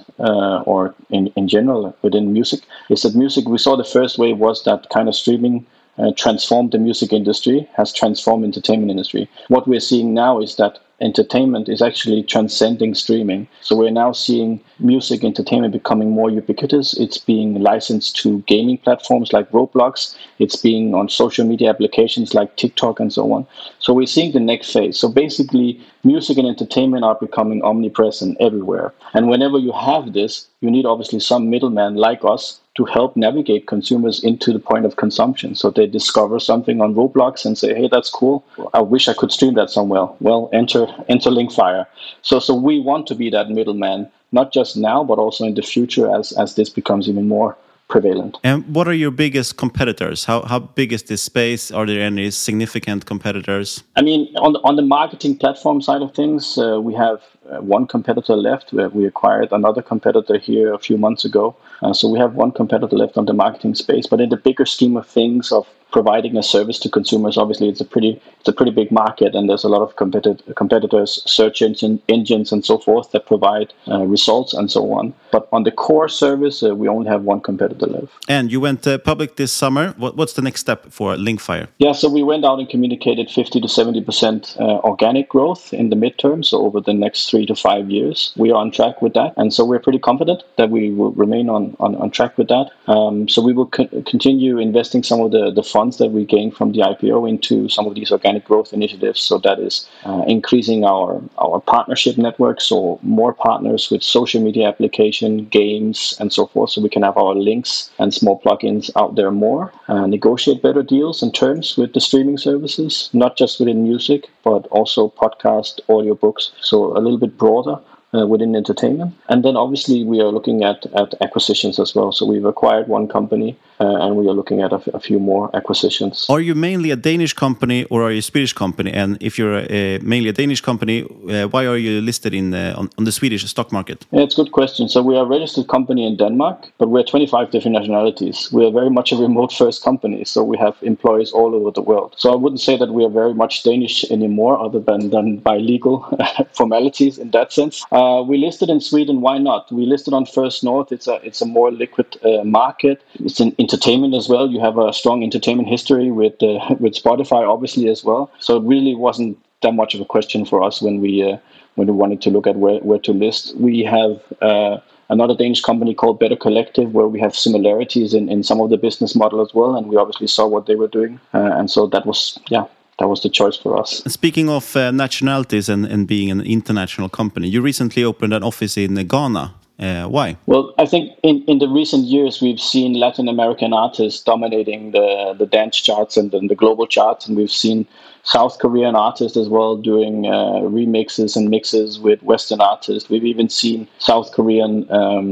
or in general within music is that we saw the first wave was that kind of streaming transformed the music industry, has transformed entertainment industry. What we're seeing now is that entertainment is actually transcending streaming. So we're now seeing music entertainment becoming more ubiquitous. It's being licensed to gaming platforms like Roblox. It's being on social media applications like TikTok and so on. So we're seeing the next phase. So basically, music and entertainment are becoming omnipresent everywhere. And whenever you have this, you need obviously some middleman like us to help navigate consumers into the point of consumption. So they discover something on Roblox and say, hey, that's cool. I wish I could stream that somewhere. Well, enter Linkfire. So we want to be that middleman, not just now, but also in the future as this becomes even more prevalent. And what are your biggest competitors? How big is this space? Are there any significant competitors? I mean, on the marketing platform side of things, we have one competitor left. We acquired another competitor here a few months ago. So we have one competitor left on the marketing space. But in the bigger scheme of things of providing a service to consumers, obviously it's a pretty big market, and there's a lot of competitors, search engines and so forth that provide results and so on. But on the core service, we only have one competitor left. And you went public this summer. What's the next step for Linkfire? Yeah, so we went out and communicated 50 to 70% organic growth in the midterm, so over the next 3 to 5 years. We are on track with that, and so we're pretty confident that we will remain on track with that. So we will continue investing some of the funds that we gained from the IPO into some of these organic growth initiatives. So that is increasing our partnership network, so more partners with social media application, games, and so forth, so we can have our links and small plugins out there more, negotiate better deals and terms with the streaming services, not just within music, but also podcast, audiobooks, so a little bit broader within entertainment. And then obviously we are looking at acquisitions as well. So we've acquired one company and we are looking at a few more acquisitions. Are you mainly a Danish company or are you a Swedish company? And if you're mainly a Danish company, why are you listed on the Swedish stock market? Yeah, it's a good question. So we are a registered company in Denmark, but we're 25 different nationalities. We are very much a remote first company. So we have employees all over the world. So I wouldn't say that we are very much Danish anymore, other than by legal formalities in that sense. We listed in Sweden. Why not? We listed on First North. It's a more liquid market. It's in entertainment as well. You have a strong entertainment history with Spotify, obviously as well. So it really wasn't that much of a question for us when we wanted to look at where to list. We have another Danish company called Better Collective, where we have similarities in some of the business model as well, and we obviously saw what they were doing, and so that was the choice for us. Speaking of nationalities and being an international company, you recently opened an office in Ghana. Why? Well, I think in the recent years, we've seen Latin American artists dominating the dance charts and the global charts, and we've seen South Korean artists as well doing remixes and mixes with Western artists. We've even seen South Korean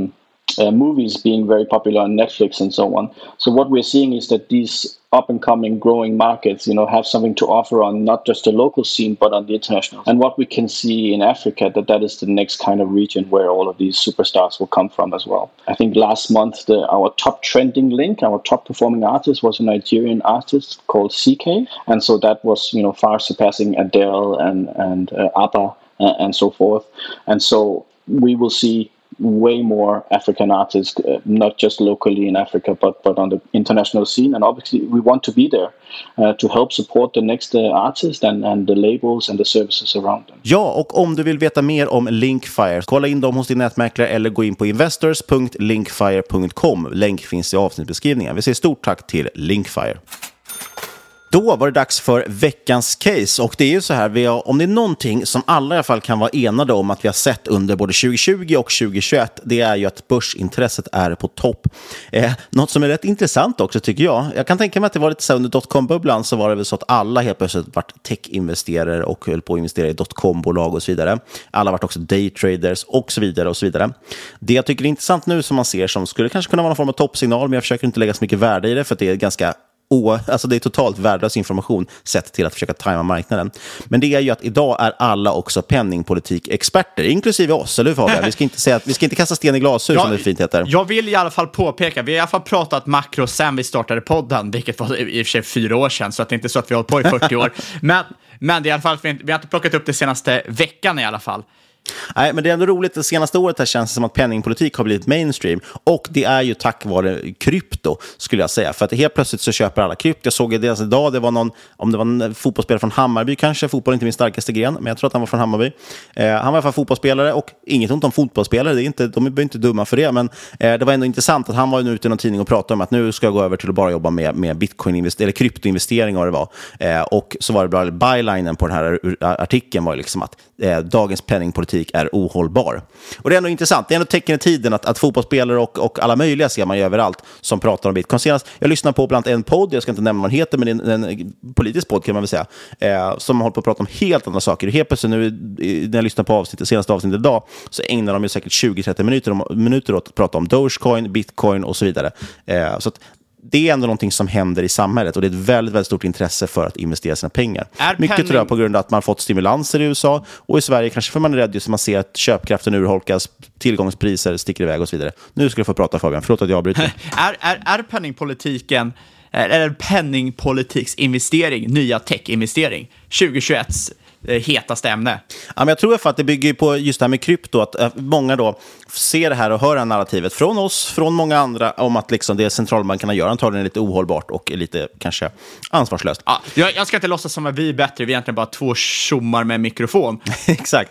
movies being very popular on Netflix and so on. So what we're seeing is that these up-and-coming growing markets, have something to offer on not just the local scene, but on the international. And what we can see in Africa, that is the next kind of region where all of these superstars will come from as well. I think last month, our top trending link, our top performing artist was a Nigerian artist called CK. And so that was, far surpassing Adele and ABBA and so forth. And so we will see way more African artists, not just locally in Africa, but on the international scene. And obviously, we want to be there to help support the next artist and the labels and the services around them. Ja, och om du vill veta mer om Linkfire, kolla in dem hos din nätmäklare eller gå in på investors.linkfire.com. Länk finns i avsnittbeskrivningen. Vi säger stort tack till Linkfire. Då var det dags för veckans case, och det är ju så här, om det är någonting som alla i alla fall kan vara enade om att vi har sett under både 2020 och 2021, det är ju att börsintresset är på topp. Något som är rätt intressant också tycker jag kan tänka mig att det var lite så under dotcom-bubblan, så var det väl så att alla helt plötsligt varit tech-investerare och höll på att investera i dotcom-bolag och så vidare. Alla varit också daytraders och så vidare och så vidare. Det jag tycker är intressant nu som man ser som skulle kanske kunna vara någon form av toppsignal, men jag försöker inte lägga så mycket värde i det för att det är ganska alltså det är totalt värdelös information sett till att försöka tajma marknaden. Men det är ju att idag är alla också penningpolitik-experter, inklusive oss, eller hur Fabian? Vi ska inte kasta sten i glashus som det fint heter. Jag vill i alla fall påpeka, vi har i alla fall pratat makro sen vi startade podden, vilket var i och för sig 4 år sedan, så att det är inte så att vi har hållit på i 40 år. Men det är i alla fall, vi har inte plockat upp det senaste veckan i alla fall. Nej, men det är ändå roligt. Det senaste året här känns det som att penningpolitik har blivit mainstream. Och det är ju tack vare krypto, skulle jag säga. För att helt plötsligt så köper alla krypto. Jag såg det idag, det var någon, om det var en fotbollsspelare från Hammarby kanske. Fotboll är inte min starkaste gren, men jag tror att han var från Hammarby. Han var i alla fall fotbollsspelare, och inget ont om fotbollsspelare. De är inte dumma för det, men det var ändå intressant att han var ute i någon tidning och pratade om att nu ska jag gå över till att bara jobba med bitcoin eller kryptoinvestering, vad det var. Och så var det bra, bylinen på den här artikeln var liksom att dagens penningpolitik är ohållbar. Och det är ändå intressant. Det är ändå tecken i tiden att fotbollsspelare och alla möjliga ser man ju överallt som pratar om bitcoin. Senast, jag lyssnar på bland en podd, jag ska inte nämna vad den heter, men en politisk podd kan man väl säga, som håller på att prata om helt andra saker. Helt plötsligt nu, när jag lyssnar på senaste avsnittet idag, så ägnar de ju säkert 20-30 minuter åt att prata om Dogecoin, bitcoin och så vidare. Så att det är ändå någonting som händer i samhället, och det är ett väldigt, väldigt stort intresse för att investera sina pengar. Mycket tror jag på grund av att man fått stimulanser i USA, och i Sverige kanske för man är rädd just att man ser att köpkraften urholkas, tillgångspriser sticker iväg och så vidare. Nu ska du få prata, Fabian. Förlåt att jag avbryter. Är penningpolitiken eller penningpolitiksinvestering nya tech-investering 2021s hetaste ämne? Ja, men jag tror att det bygger på just det här med krypto, att många då ser det här och hör det här narrativet från oss, från många andra, om att liksom det centralbankerna gör antagligen är lite ohållbart och lite kanske ansvarslöst. Ja, jag ska inte låtsas som att vi är bättre, vi är egentligen bara 2 tjommar med mikrofon. Exakt.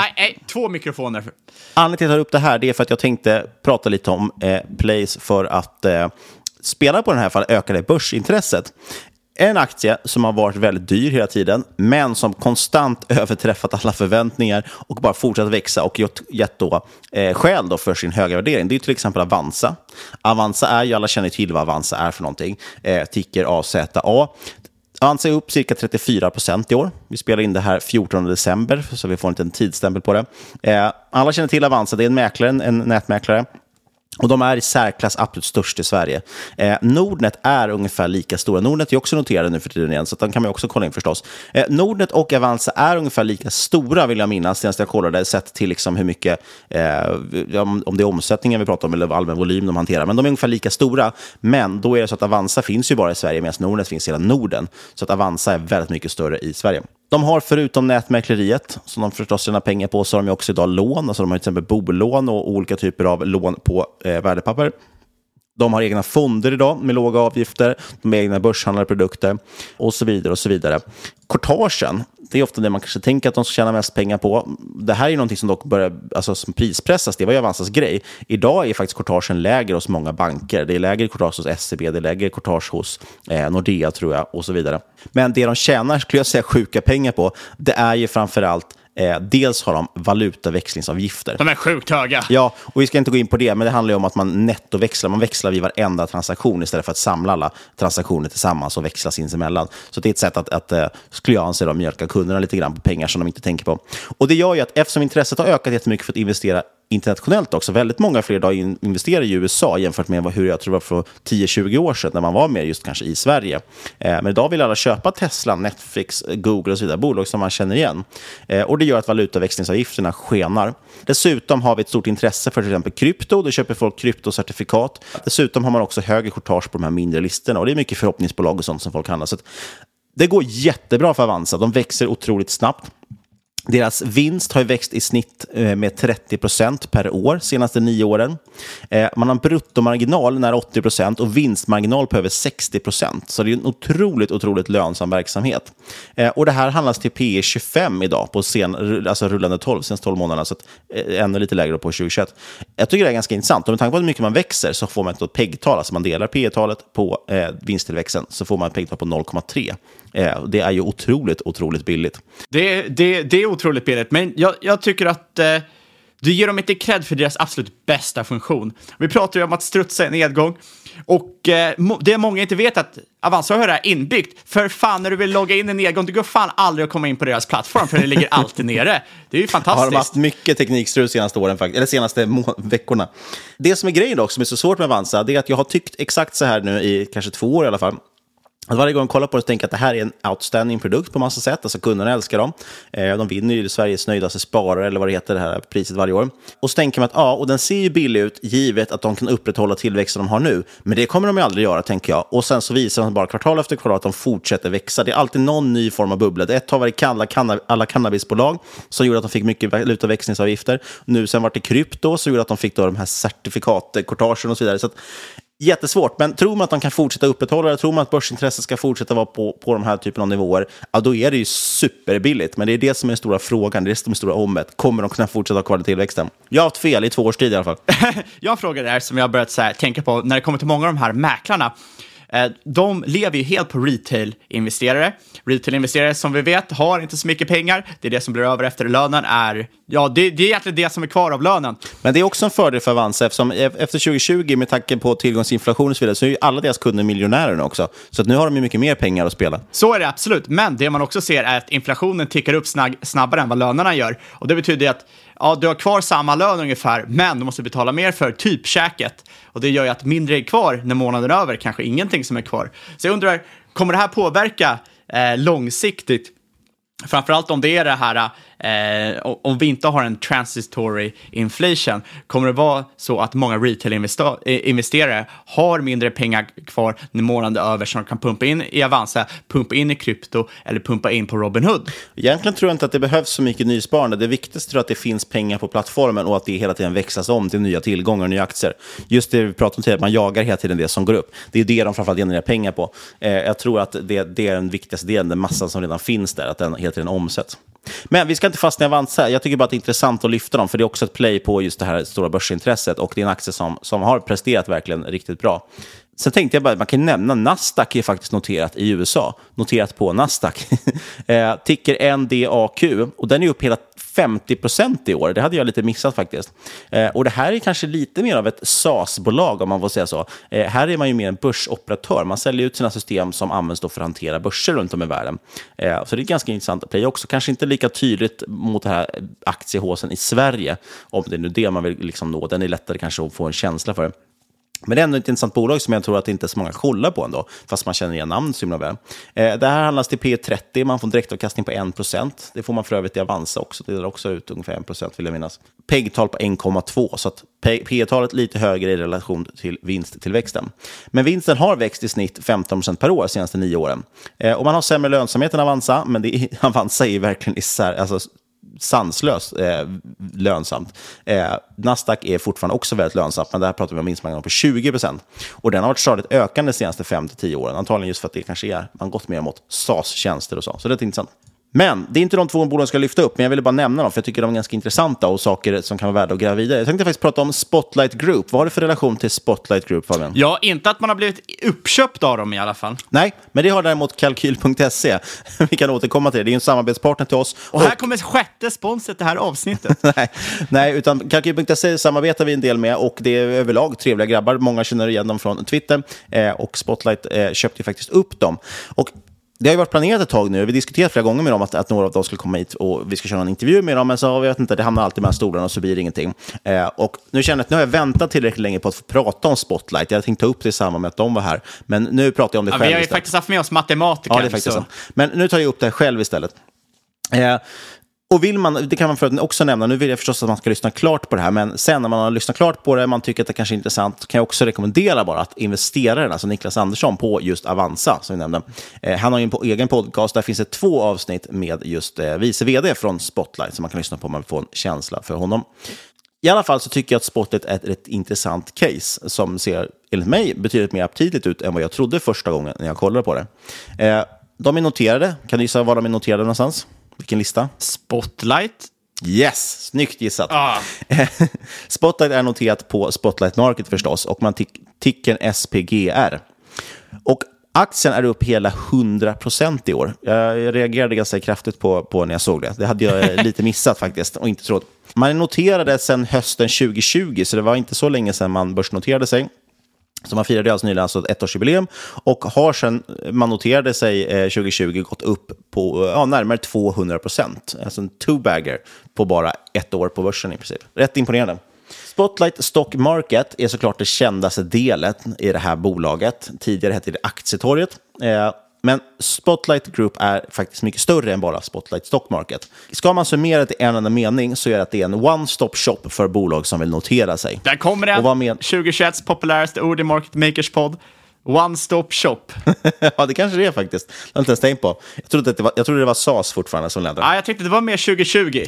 2 mikrofoner. Anledningen till att jag tar upp det här, det är för att jag tänkte prata lite om plays för att spela på den här fallet ökade börsintresset. En aktie som har varit väldigt dyr hela tiden, men som konstant överträffat alla förväntningar och bara fortsatt växa och gett då skäl då för sin höga värdering. Det är till exempel Avanza. Avanza är ju, alla känner till vad Avanza är för någonting. Ticker AZA. Avanza är upp cirka 34% i år. Vi spelar in det här 14 december, så vi får en liten tidsstämpel på det. Alla känner till Avanza, det är en nätmäklare. Och de är i särklass absolut störst i Sverige. Nordnet är ungefär lika stora. Nordnet är också noterade nu för tiden igen, så den kan man också kolla in förstås. Nordnet och Avanza är ungefär lika stora, vill jag minnas. Senast jag kollade, sett till liksom hur mycket, om det är omsättningen vi pratar om eller allmän volym de hanterar. Men de är ungefär lika stora. Men då är det så att Avanza finns ju bara i Sverige, medan Nordnet finns i hela Norden. Så att Avanza är väldigt mycket större i Sverige. De har förutom nätmäkleriet, som de förstås sina pengar på, så har de också idag lån. Alltså de har till exempel bolån och olika typer av lån på värdepapper. De har egna fonder idag med låga avgifter, de har egna börshandlade produkter och så vidare och så vidare. Courtagen, det är ofta det man kanske tänker att de ska tjäna mest pengar på. Det här är ju någonting som dock börjar, alltså som prispressas, det var ju Avanzas grej. Idag är faktiskt courtagen lägre hos många banker. Det är lägre courtage hos SEB, det är lägre courtage hos Nordea tror jag och så vidare. Men det de tjänar, skulle jag säga, sjuka pengar på, det är ju framförallt dels har de valutaväxlingsavgifter. De är sjukt höga. Ja, och vi ska inte gå in på det, men det handlar ju om att man nettoväxlar. Man växlar vid varenda transaktion istället för att samla alla transaktioner tillsammans och växla sinsemellan. Så det är ett sätt att skulle jag anse att mjölka kunderna lite grann på pengar som de inte tänker på. Och det gör ju att eftersom intresset har ökat jättemycket för att investera internationellt också. Väldigt många fler idag investerar i USA jämfört med hur jag tror det var för 10-20 år sedan när man var mer just kanske i Sverige. Men idag vill alla köpa Tesla, Netflix, Google och så vidare, bolag som man känner igen. Och det gör att valutaväxlingsavgifterna skenar. Dessutom har vi ett stort intresse för till exempel krypto. Då köper folk kryptocertifikat. Dessutom har man också högre courtage på de här mindre listorna. Och det är mycket förhoppningsbolag och sånt som folk handlar. Så det går jättebra för Avanza. De växer otroligt snabbt. Deras vinst har växt i snitt med 30% per år senaste 9 åren. Man har en bruttomarginal nära 80% och vinstmarginal på över 60%. Så det är en otroligt lönsam verksamhet. Och det här handlas till P/E 25 idag på alltså rullande 12, senaste 12 månaderna. Så att, ännu lite lägre på 2021. Jag tycker det är ganska intressant. Och med tanke på hur mycket man växer så får man ett PEG-tal. Alltså man delar P/E-talet på vinsttillväxten så får man ett PEG-tal på 0,3. Det är ju otroligt billigt. Det är otroligt billigt, men jag tycker att du ger dem inte cred för deras absolut bästa funktion. Vi pratar ju om att strutsa en nedgång, och det många inte vet att Avanza har det här inbyggt. För fan, när du vill logga in en nedgång, det går fan aldrig att komma in på deras plattform, för det ligger alltid nere. Det är ju fantastiskt. Har de haft mycket teknikstrul senaste åren, eller senaste veckorna. Det som är grejen dock, som är så svårt med Avanza, det är att jag har tyckt exakt så här nu i kanske 2 år i alla fall. Att varje gång jag kollar på det så tänker jag att det här är en outstanding produkt på massa sätt. Alltså kunderna älskar dem. De vinner ju Sveriges nöjdaste sparare, eller vad det heter, det här priset varje år. Och så tänker man att och den ser ju billig ut givet att de kan upprätthålla tillväxten de har nu. Men det kommer de ju aldrig göra, tänker jag. Och sen så visar de bara kvartal efter kvartal att de fortsätter växa. Det är alltid någon ny form av bubbla. Ett tag var det alla cannabisbolag som gjorde att de fick mycket valutaväxlingsavgifter. Nu sen var det krypto som gjorde att de fick då de här certifikatkortagen och så vidare. Så att, jättesvårt, men tror man att de kan fortsätta upprätthålla det, tror man att börsintresset ska fortsätta vara på de här typen av nivåer, då är det ju superbilligt. Men det är det som är den stora frågan, det är det som är stora ommet. Kommer de kunna fortsätta ha kvar tillväxten? Jag har haft fel i 2 års tid i alla fall. Jag frågar det här som jag har börjat tänka på när det kommer till många av de här mäklarna. De lever ju helt på retail-investerare. Retail-investerare, som vi vet, har inte så mycket pengar. Det är det som blir över efter lönen. Det är egentligen det som är kvar av lönen. Men det är också en fördel för Avanza, eftersom efter 2020, med tanke på tillgångsinflation och så vidare, så är ju alla deras kunder miljonärer nu också. Så att nu har de ju mycket mer pengar att spela. Så är det absolut. Men det man också ser är att inflationen tickar upp snabbare än vad lönerna gör. Och det betyder att du har kvar samma lön ungefär, men du måste betala mer för typkäket. Och det gör ju att mindre är kvar när månaden är över, kanske ingenting som är kvar. Så jag undrar, kommer det här påverka långsiktigt? Framförallt om det är det här, om vi inte har en transitory inflation, kommer det vara så att många retail-investerare har mindre pengar kvar när månaden är över, som de kan pumpa in i Avanza, pumpa in i krypto eller pumpa in på Robinhood. Egentligen tror jag inte att det behövs så mycket nysparande. Det viktigaste är att det finns pengar på plattformen och att det hela tiden växlas om till nya tillgångar och nya aktier. Just det vi pratar om tidigare, att man jagar hela tiden det som går upp. Det är det de framförallt genererar pengar på. Jag tror att det är den viktigaste delen, den massan som redan finns där, att den hela tiden omsätts. Men vi ska inte fastna i Avanza. Jag tycker bara att det är intressant att lyfta dem, för det är också ett play på just det här stora börsintresset, och det är en aktie som har presterat verkligen riktigt bra. Sen tänkte jag bara, man kan nämna Nasdaq är faktiskt noterat i USA. Noterat på Nasdaq. Ticker NDAQ, och den är upp hela 50% i år. Det hade jag lite missat faktiskt. Och det här är kanske lite mer av ett SaaS-bolag, om man får säga så. Här är man ju mer en börsoperatör. Man säljer ut sina system som används då för att hantera börser runt om i världen. Så det är ganska intressant att play också. Kanske inte lika tydligt mot det här aktiehåsen i Sverige, om det är nu det man vill liksom nå. Den är lättare kanske att få en känsla för det. Men det är ändå ett intressant bolag som jag tror att inte så många kollar på ändå, fast man känner igen namnet så himla väl. Det här handlas till P30, man får en direktavkastning på 1%. Det får man för övrigt i Avanza också, det är också ut ungefär 1%, vill jag minnas. PEG-tal på 1,2, så att P-talet lite högre i relation till vinsttillväxten. Men vinsten har växt i snitt 15% per år de senaste 9 åren. Och man har sämre lönsamhet än Avanza, men Avanza är ju verkligen sanslöst lönsamt. Nasdaq är fortfarande också väldigt lönsamt, men där pratar vi om vinstmarginal på 20%. Och den har varit stadigt ökande de senaste 5-10 åren. Antagligen just för att det kanske är, man gått mer mot SaaS-tjänster och så. Så det är intressant. Men det är inte de 2 bolagen jag ska lyfta upp, men jag ville bara nämna dem, för jag tycker de är ganska intressanta och saker som kan vara värda att gräva vidare. Jag tänkte faktiskt prata om Spotlight Group. Vad har det för relation till Spotlight Group, Fabian? Ja, inte att man har blivit uppköpt av dem i alla fall. Nej, men det har däremot Kalkyl.se. Vi kan återkomma till det. Det är en samarbetspartner till oss. Och här kommer 6:e sponset det här avsnittet. Nej, utan Kalkyl.se samarbetar vi en del med, och det är överlag trevliga grabbar. Många känner igen dem från Twitter, och Spotlight köpte ju faktiskt upp dem. Och det har ju varit planerat ett tag nu. Vi diskuterat flera gånger med dem att några av dem skulle komma hit och vi ska köra en intervju med dem, men så vet inte, det hamnar alltid mellan stolarna och så blir det ingenting. Och nu känner jag att nu har jag väntat tillräckligt länge på att få prata om Spotlight. Jag tänkte ta upp det i samband med att de var här, men nu pratar jag om det själv. Vi har ju faktiskt haft med oss matematiker. Ja, det är faktiskt sant. Men nu tar jag upp det själv istället. Och vill man, det kan man för också nämna, nu vill jag förstås att man ska lyssna klart på det här, men sen när man har lyssnat klart på det, man tycker att det kanske är intressant, så kan jag också rekommendera bara att investeraren, alltså Niklas Andersson på just Avanza, som vi nämnde. Han har ju en egen podcast, där finns det 2 avsnitt med just vice vd från Spotlight, som man kan lyssna på om man får en känsla för honom. I alla fall så tycker jag att Spotlight är ett intressant case som ser, enligt mig, betydligt mer aptitligt ut än vad jag trodde första gången när jag kollade på det. De är noterade, kan du gissa var de är noterade någonstans? Vilken lista? Spotlight. Yes, snyggt gissat. Spotlight är noterat på Spotlight Market förstås, och man tickern SPGR. Och aktien är upp hela 100% i år. Jag reagerade ganska kraftigt på när jag såg det. Det hade jag lite missat faktiskt och inte trott. Man är noterade sedan hösten 2020, så det var inte så länge sedan man börsnoterade sig. Så man firade alltså nyligen alltså ett årsjubileum, och har sedan man noterade sig 2020 gått upp på närmare 200%. Alltså en two-bagger på bara ett år på börsen i princip. Rätt imponerande. Spotlight Stock Market är såklart det kändaste delet i det här bolaget. Tidigare hette det Aktietorget. Men Spotlight Group är faktiskt mycket större än bara Spotlight Stock Market. Ska man summera det till en enda mening, så är det att det är en one-stop shop för bolag som vill notera sig. Där kommer det 2021 populäraste ord i Market Makers podd. One-stop shop. Ja, det kanske det är faktiskt. Jag har inte ens tänkt på. Jag trodde det var SAS fortfarande som ledde. Ja, jag tyckte det var mer 2020.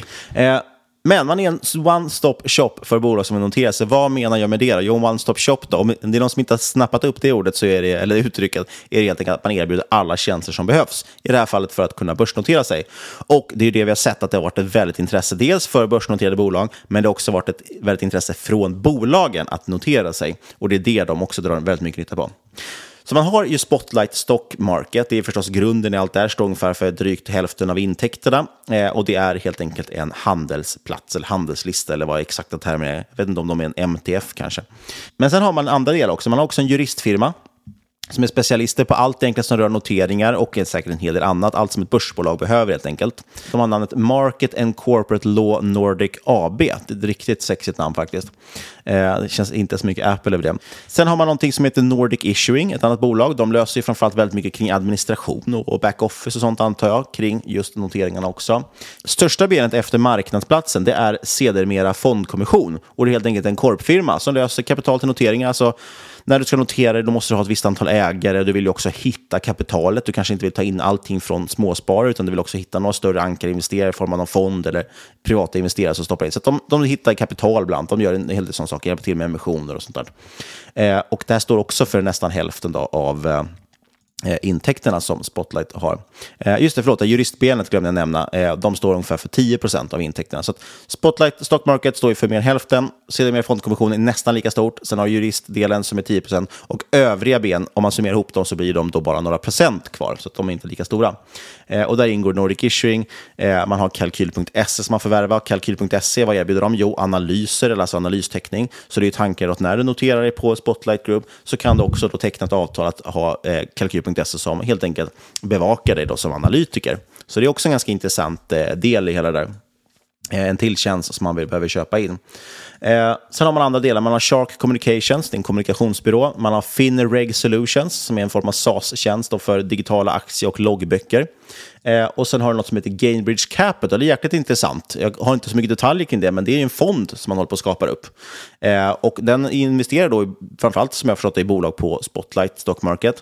Men man är en one-stop shop för bolag som vill notera sig. Vad menar jag med det då? Jo, one-stop shop då. Om det är någon som inte har snappat upp det ordet, så är det, eller uttrycket, är det helt enkelt att man erbjuder alla tjänster som behövs. I det här fallet för att kunna börsnotera sig. Och det är det vi har sett, att det har varit ett väldigt intresse. Dels för börsnoterade bolag, men det har också varit ett väldigt intresse från bolagen att notera sig. Och det är det de också drar väldigt mycket nytta på. Så man har ju Spotlight Stock Market, det är förstås grunden i allt det här, står ungefär för drygt hälften av intäkterna, och det är helt enkelt en handelsplats eller handelslista, eller vad exakta termer är. Jag vet inte om de är en MTF kanske. Men sen har man en andra del också, man har också en juristfirma som är specialister på allt egentligen som rör noteringar och säkert en hel del annat, allt som ett börsbolag behöver helt enkelt. De har namnet Market and Corporate Law Nordic AB. Det är ett riktigt sexigt namn faktiskt. Det känns inte så mycket Apple över det. Sen har man någonting som heter Nordic Issuing, ett annat bolag. De löser ju framförallt väldigt mycket kring administration och backoffice och sånt, antar jag, kring just noteringarna också. Största benet efter marknadsplatsen, det är sedermera fondkommission, och det är helt enkelt en korpfirma som löser kapital till noteringar. Alltså, när du ska notera det, då måste du ha ett visst antal ägare. Du vill ju också hitta kapitalet. Du kanske inte vill ta in allting från småsparare, utan du vill också hitta några större ankarinvesterare i form av någon fond eller privata investerare som stoppar in. Så att de hittar kapital bland. De gör en hel del sådana saker, hjälper till med emissioner och sånt där. Och det här står också för nästan hälften då av intäkterna som Spotlight har. Just det, förlåt, juristbenet glömde jag nämna. De står ungefär för 10% av intäkterna. Så att Spotlight Stock Market står ju för mer än hälften. Sedermera fondkommissionen är nästan lika stort. Sen har juristdelen som är 10%. Och övriga ben, om man summerar ihop dem, så blir de då bara några procent kvar. Så att de är inte lika stora. Och där ingår Nordic Issuing. Man har Kalkyl.se som man förvärvar. Kalkyl.se, vad erbjuder de? Jo, analyser, eller alltså analysteckning. Så det är tanken att när du noterar dig på Spotlight Group, så kan du också då teckna ett avtal att ha Kalkyl.se som helt enkelt bevakar dig då som analytiker. Så det är också en ganska intressant del i hela det där. En till tjänst som man behöver köpa in. Sen har man andra delar. Man har Shark Communications, det är en kommunikationsbyrå. Man har Finereg Solutions, som är en form av SaaS-tjänst för digitala aktie- och loggböcker. Och sen har du något som heter Gainbridge Capital. Det är jäkligt intressant. Jag har inte så mycket detaljer kring det, men det är en fond som man håller på att skapa upp. Och den investerar då framförallt, som jag har förstått det, i bolag på Spotlight Stock Market.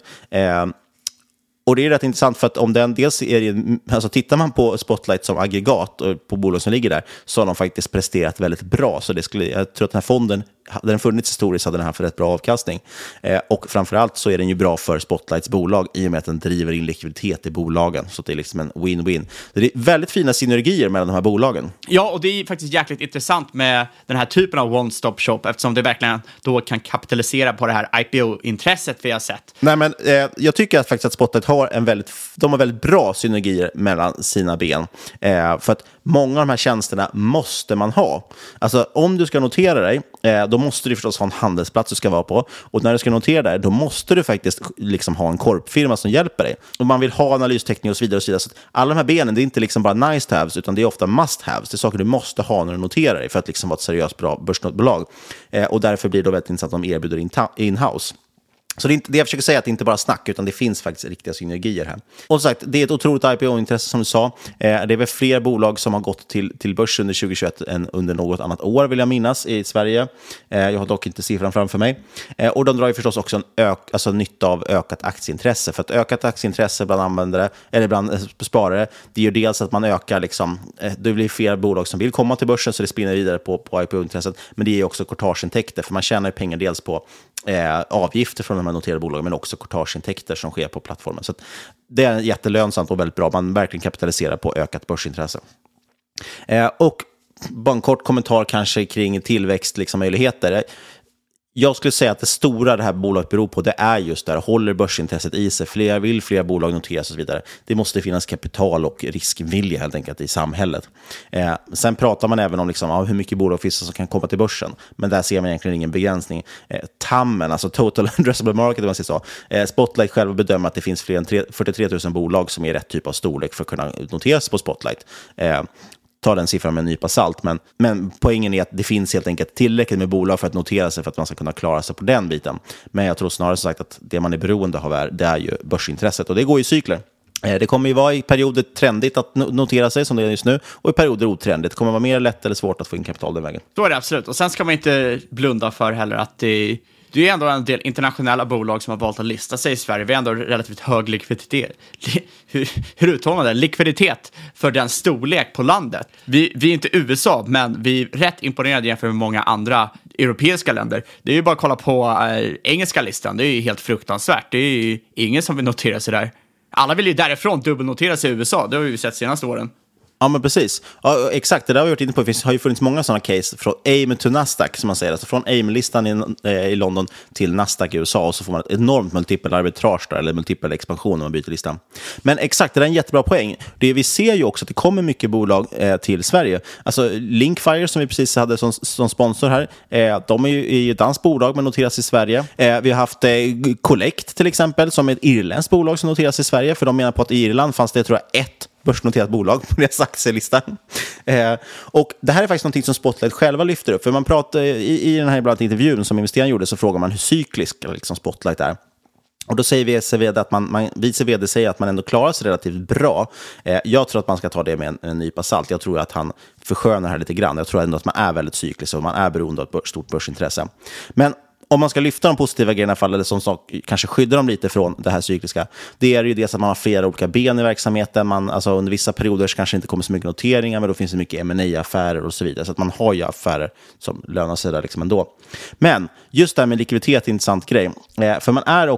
Och det är rätt intressant, för att om den dels alltså tittar man på Spotlight som aggregat och på bolag som ligger där, så har de faktiskt presterat väldigt bra. Så jag tror att den här fonden, hade den funnits historiskt, hade den haft rätt bra avkastning. Och framförallt så är den ju bra för Spotlights bolag i och med att den driver in likviditet i bolagen. Så det är liksom en win-win. Det är väldigt fina synergier mellan de här bolagen. Ja, och det är faktiskt jäkligt intressant med den här typen av one-stop shop, eftersom det verkligen då kan kapitalisera på det här IPO-intresset vi har sett. Nej, men jag tycker att faktiskt att Spotlight har väldigt bra synergier mellan sina ben. För att många av de här tjänsterna måste man ha. Alltså om du ska notera dig, då måste du förstås ha en handelsplats du ska vara på. Och när du ska notera dig, då måste du faktiskt liksom ha en korpfirma som hjälper dig. Och man vill ha analysteknik och så vidare och så vidare. Så alla de här benen, det är inte liksom bara nice to haves, utan det är ofta must haves. Det är saker du måste ha när du noterar dig för att liksom vara ett seriöst bra börsbolag. Och därför blir det väldigt intressant att de erbjuder in-house. Så det jag försöker säga att det inte bara snack, utan det finns faktiskt riktiga synergier här. Och som sagt, det är ett otroligt IPO-intresse som du sa. Det är väl fler bolag som har gått till börs under 2021 än under något annat år, vill jag minnas, i Sverige. Jag har dock inte siffran framför mig. Och de drar ju förstås också en nytta av ökat aktieintresse. För att ökat aktieintresse bland användare, eller bland sparare, det gör dels att man ökar, liksom, det blir fler bolag som vill komma till börsen, så det spinner vidare på IPO-intresset. Men det ger också courtageintäkter, för man tjänar pengar dels på avgifter från de här noterade bolagen, men också courtageintäkter som sker på plattformen. Så det är jättelönsamt och väldigt bra. Man verkligen kapitaliserar på ökat börsintresse. Och bara en kort kommentar kanske kring tillväxt, liksom, möjligheter. Jag skulle säga att det stora det här bolaget beror på, det är just där, håller börsintresset i sig, fler bolag noteras och så vidare. Det måste finnas kapital och riskvilja helt enkelt i samhället. Sen pratar man även om liksom, hur mycket bolag finns som kan komma till börsen, men där ser man egentligen ingen begränsning. TAMen, alltså Total Addressable Market, man säger så. Spotlight själva bedömer att det finns fler än 43 000 bolag som är rätt typ av storlek för att kunna noteras på Spotlight. Ta den siffran med en nypa salt, men poängen är att det finns helt enkelt tillräckligt med bolag för att notera sig för att man ska kunna klara sig på den biten. Men jag tror snarare sagt att det man är beroende av det är ju börsintresset, och det går i cykler. Det kommer ju vara i perioder trendigt att notera sig som det är just nu, och i perioder otrendigt. Det kommer vara mer lätt eller svårt att få in kapital den vägen. Så är det absolut, och sen ska man inte blunda för heller att det är ändå en del internationella bolag som har valt att lista sig i Sverige. Vi har ändå relativt hög likviditet. Hur uttalar man det? Likviditet för den storlek på landet. Vi är inte USA, men vi är rätt imponerade jämfört med många andra europeiska länder. Det är ju bara att kolla på engelska listan. Det är ju helt fruktansvärt. Det är ju ingen som vill notera sig där. Alla vill ju därifrån dubbelnotera sig i USA. Det har vi ju sett senaste åren. Ja, men precis. Ja, exakt, det där har vi varit inne på. Det har ju funnits många sådana case från AIM till Nasdaq, som man säger. Alltså från AIM-listan i London till Nasdaq i USA, och så får man ett enormt multipel arbitrage där, eller multipel expansion när man byter listan. Men exakt, det är en jättebra poäng. Det vi ser ju också att det kommer mycket bolag till Sverige. Alltså Linkfire, som vi precis hade som sponsor här, de är ju ett danskt bolag men noteras i Sverige. Vi har haft Collect till exempel, som är ett irländskt bolag som noteras i Sverige, för de menar på att i Irland fanns det, tror jag, ett börsnoterat bolag på deras aktielista. Och det här är faktiskt någonting som Spotlight själva lyfter upp. För man pratar i den här bland annat intervjun som investeraren gjorde, så frågar man hur cyklisk liksom Spotlight är. Och då säger vice vd säger att man ändå klarar sig relativt bra. Jag tror att man ska ta det med en nypa salt. Jag tror att han förskönar här lite grann. Jag tror ändå att man är väldigt cyklisk och man är beroende av ett stort börsintresse. Men om man ska lyfta de positiva grejerna i fall, eller som kanske skyddar dem lite från det här cykliska, det är ju det att man har flera olika ben i verksamheten. Alltså under vissa perioder kanske inte kommer så mycket noteringar, men då finns det mycket M&A-affärer och så vidare. Så att man har ju affärer som lönar sig där liksom ändå. Men just det här med likviditet är en intressant grej. För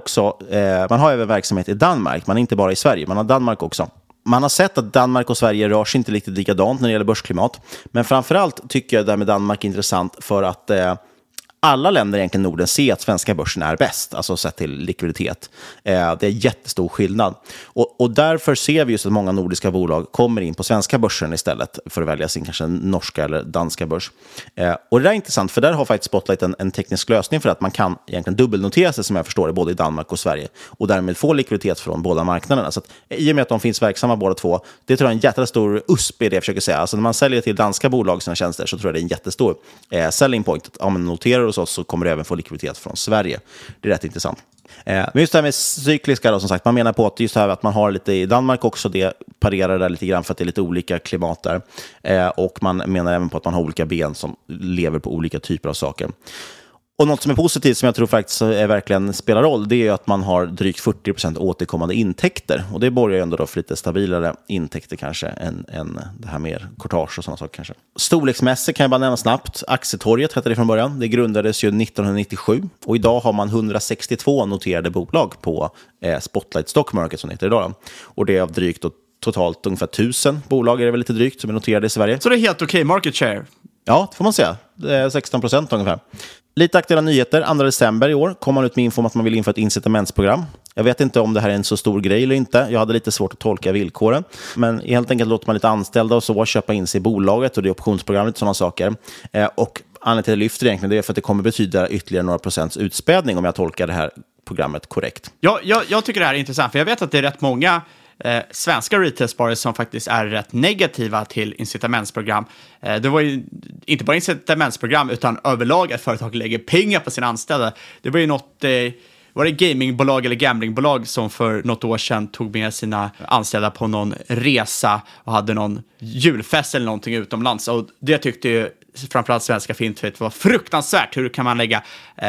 man har även verksamhet i Danmark. Man är inte bara i Sverige, man har Danmark också. Man har sett att Danmark och Sverige rör sig inte riktigt likadant när det gäller börsklimat. Men framförallt tycker jag det här med Danmark är intressant för att alla länder egentligen i Norden ser att svenska börsen är bäst, alltså sett till likviditet. Det är jättestor skillnad. Och därför ser vi just att många nordiska bolag kommer in på svenska börsen istället för att välja sin kanske norska eller danska börs. Och det där är intressant, för där har faktiskt Spotlight en teknisk lösning för att man kan egentligen dubbelnotera sig, som jag förstår det, både i Danmark och Sverige. Och därmed få likviditet från båda marknaderna. Så att, i och med att de finns verksamma båda två, det tror jag är en jättestor USP i det jag försöker säga. Alltså när man säljer till danska bolag sina tjänster, så tror jag det är en jättestor selling point. Om man noterar hos oss, så kommer det även få likviditet från Sverige. Det är rätt intressant. Men just det här med cykliska då, som sagt, man menar på att just det här att man har lite i Danmark också, det parerar där lite grann för att det är lite olika klimat där. Och man menar även på att man har olika ben som lever på olika typer av saker. Och något som är positivt, som jag tror faktiskt verkligen spelar roll, det är ju att man har drygt 40% återkommande intäkter. Och det borgar ju ändå då för lite stabilare intäkter kanske än det här med courtage och sådana saker kanske. Storleksmässigt kan jag bara nämna snabbt. Aktietorget hette det från början. Det grundades ju 1997 och idag har man 162 noterade bolag på Spotlight Stock Market som det heter idag. Och det är av drygt och totalt ungefär 1000 bolag är det väl lite drygt som är noterade i Sverige. Så det är helt okej market share? Ja, det får man säga. Det är 16% ungefär. Lite aktuella nyheter. 2 december i år kom man ut med info om att man vill införa ett incitamentsprogram. Jag vet inte om det här är en så stor grej eller inte. Jag hade lite svårt att tolka villkoren. Men helt enkelt låter man lite anställda och så köpa in sig i bolaget och det är optionsprogrammet och sådana saker. Och anledningen till att jag lyfter egentligen det är för att det kommer betyda ytterligare några procents utspädning om jag tolkar det här programmet korrekt. Jag tycker det här är intressant, för jag vet att det är rätt många svenska retailsparare som faktiskt är rätt negativa till incitamentsprogram. Det var ju inte bara incitamentsprogram utan överlag att företag lägger pengar på sina anställda. Det var ju något var det gamingbolag eller gamblingbolag som för något år sedan tog med sina anställda på någon resa och hade någon julfest eller någonting utomlands. Och det tyckte ju framförallt Svenska Filmtvätt var fruktansvärt. Hur kan man lägga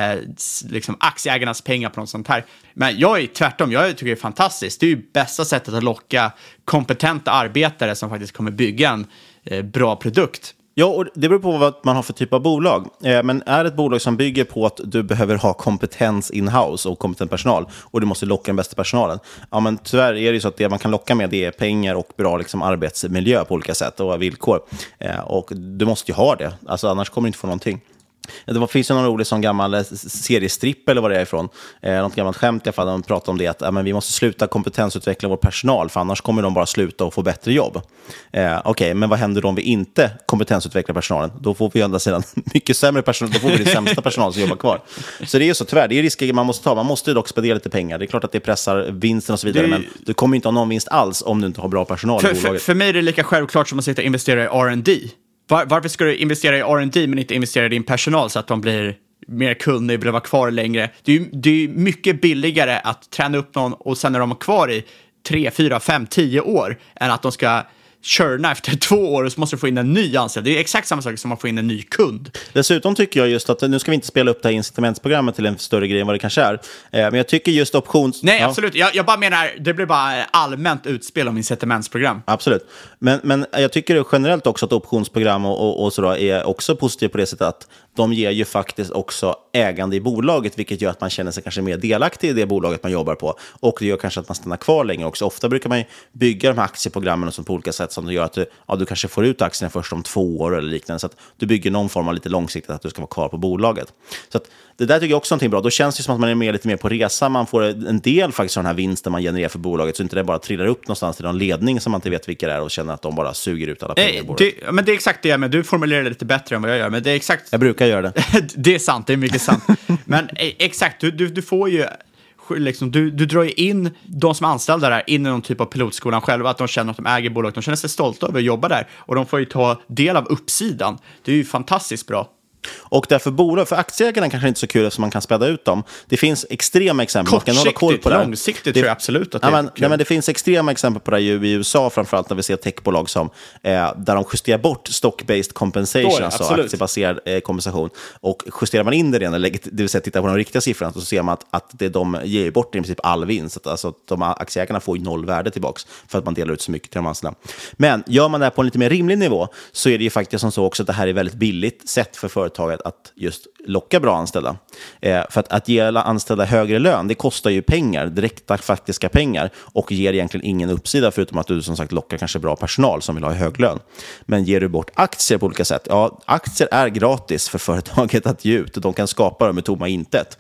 liksom aktieägarnas pengar på något sånt här? Men jag är tvärtom, jag tycker det är fantastiskt. Det är ju bästa sättet att locka kompetenta arbetare som faktiskt kommer bygga en bra produkt. Ja, och det beror på vad man har för typ av bolag. Men är det ett bolag som bygger på att du behöver ha kompetens in-house och kompetent personal och du måste locka den bästa personalen. Ja, men tyvärr är det ju så att det man kan locka med det är pengar och bra liksom, arbetsmiljö på olika sätt och villkor. Och du måste ju ha det, alltså, annars kommer du inte få någonting. Det finns ju någon rolig sån gammal seriestripp eller vad det är ifrån. Något gammalt skämt i alla fall. De pratar om det att men vi måste sluta kompetensutveckla vår personal för annars kommer de bara sluta och få bättre jobb. Okej, men vad händer då om vi inte kompetensutvecklar personalen? Då får vi andra sidan mycket sämre personal. Då får vi det sämsta personal som jobbar kvar. Så det är ju så tyvärr. Det är risker man måste ta. Man måste dock spendera lite pengar. Det är klart att det pressar vinsten och så vidare. Men du kommer inte ha någon vinst alls om du inte har bra personal i bolaget. För mig är det lika självklart som att sitta och investera i R&D. Varför ska du investera i R&D men inte investera i din personal så att de blir mer kunniga och blir vara kvar längre? Det är mycket billigare att träna upp någon och sen är de kvar i 3, 4, 5, 10 år än att de ska körna efter 2 år och så måste du få in en ny anställd. Det är exakt samma sak som att få in en ny kund. Dessutom tycker jag just att, nu ska vi inte spela upp det här incitamentsprogrammet till en större grej än vad det kanske är. Men jag tycker just Nej, absolut. Jag bara menar, det blir bara allmänt utspel om incitamentsprogram. Absolut. Men jag tycker generellt också att optionsprogram och så då är också positivt på det sättet att de ger ju faktiskt också ägande i bolaget, vilket gör att man känner sig kanske mer delaktig i det bolaget man jobbar på. Och det gör kanske att man stannar kvar längre också. Ofta brukar man ju bygga de här aktieprogrammen och så på olika sätt som gör att du kanske får ut aktierna först om 2 år eller liknande. Så att du bygger någon form av lite långsiktigt att du ska vara kvar på bolaget. Så att det där tycker jag också är någonting bra. Då känns det som att man är med lite mer på resa. Man får en del faktiskt av den här vinsten man genererar för bolaget. Så inte det bara trillar upp någonstans till någon ledning som man inte vet vilka det är och känner att de bara suger ut alla pengar i bolaget. Men det är exakt det. Men du formulerar det lite bättre än vad jag gör. Men det är exakt... Jag brukar göra det. Det är sant, det är mycket sant. Men exakt, du får ju... Liksom, du drar ju in de som är anställda där in i någon typ av pilotskolan själva, att de känner att de äger bolaget, de känner sig stolta över att jobba där och de får ju ta del av uppsidan. Det är ju fantastiskt bra. Och därför för aktieägarna kanske inte så kul eftersom man kan späda ut dem. Det finns extrema exempel. Kortsiktigt, långsiktigt tror jag absolut att det är kul. Men det finns extrema exempel på det i USA, framförallt när vi ser techbolag som där de justerar bort stock-based compensation, alltså aktiebaserad kompensation. Och justerar man in det redan, det vill säga tittar på de riktiga siffrorna, så ser man att de ger bort i princip all vinst. Alltså de aktieägarna får ju 0 värde tillbaks för att man delar ut så mycket till de anställda. Men gör man det här på en lite mer rimlig nivå så är det ju faktiskt som så också att det här är väldigt billigt sätt för företaget att just locka bra anställda. För att ge anställda högre lön, det kostar ju pengar, direkta faktiska pengar, och ger egentligen ingen uppsida förutom att du som sagt lockar kanske bra personal som vill ha hög lön. Men ger du bort aktier på olika sätt, ja, aktier är gratis för företaget att ge ut. De kan skapa dem med tomma intet.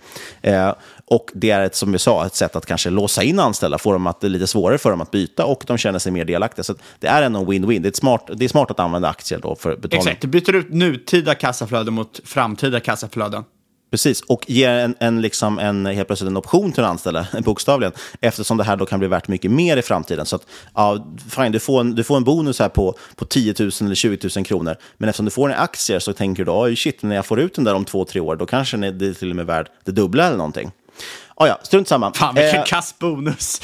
Och det är som vi sa, ett sätt att kanske låsa in anställda, få dem att det är lite svårare för dem att byta och de känner sig mer delaktiga. Så det är en win-win. Det är smart att använda aktier då för betalning. Exakt, du byter ut nutida kassaflöden mot framtida kassaflöden. Precis, och ger helt plötsligt en option till den anställda, bokstavligen, eftersom det här då kan bli värt mycket mer i framtiden. Så att, ja, fine, du får en bonus här på 10 000 eller 20 000 kronor, men eftersom du får en aktier så tänker du, shit, när jag får ut den där om 2-3 år, då kanske det är till och med värd det dubbla eller någonting. Ja, strunt samma. Fan, vilken kassbonus.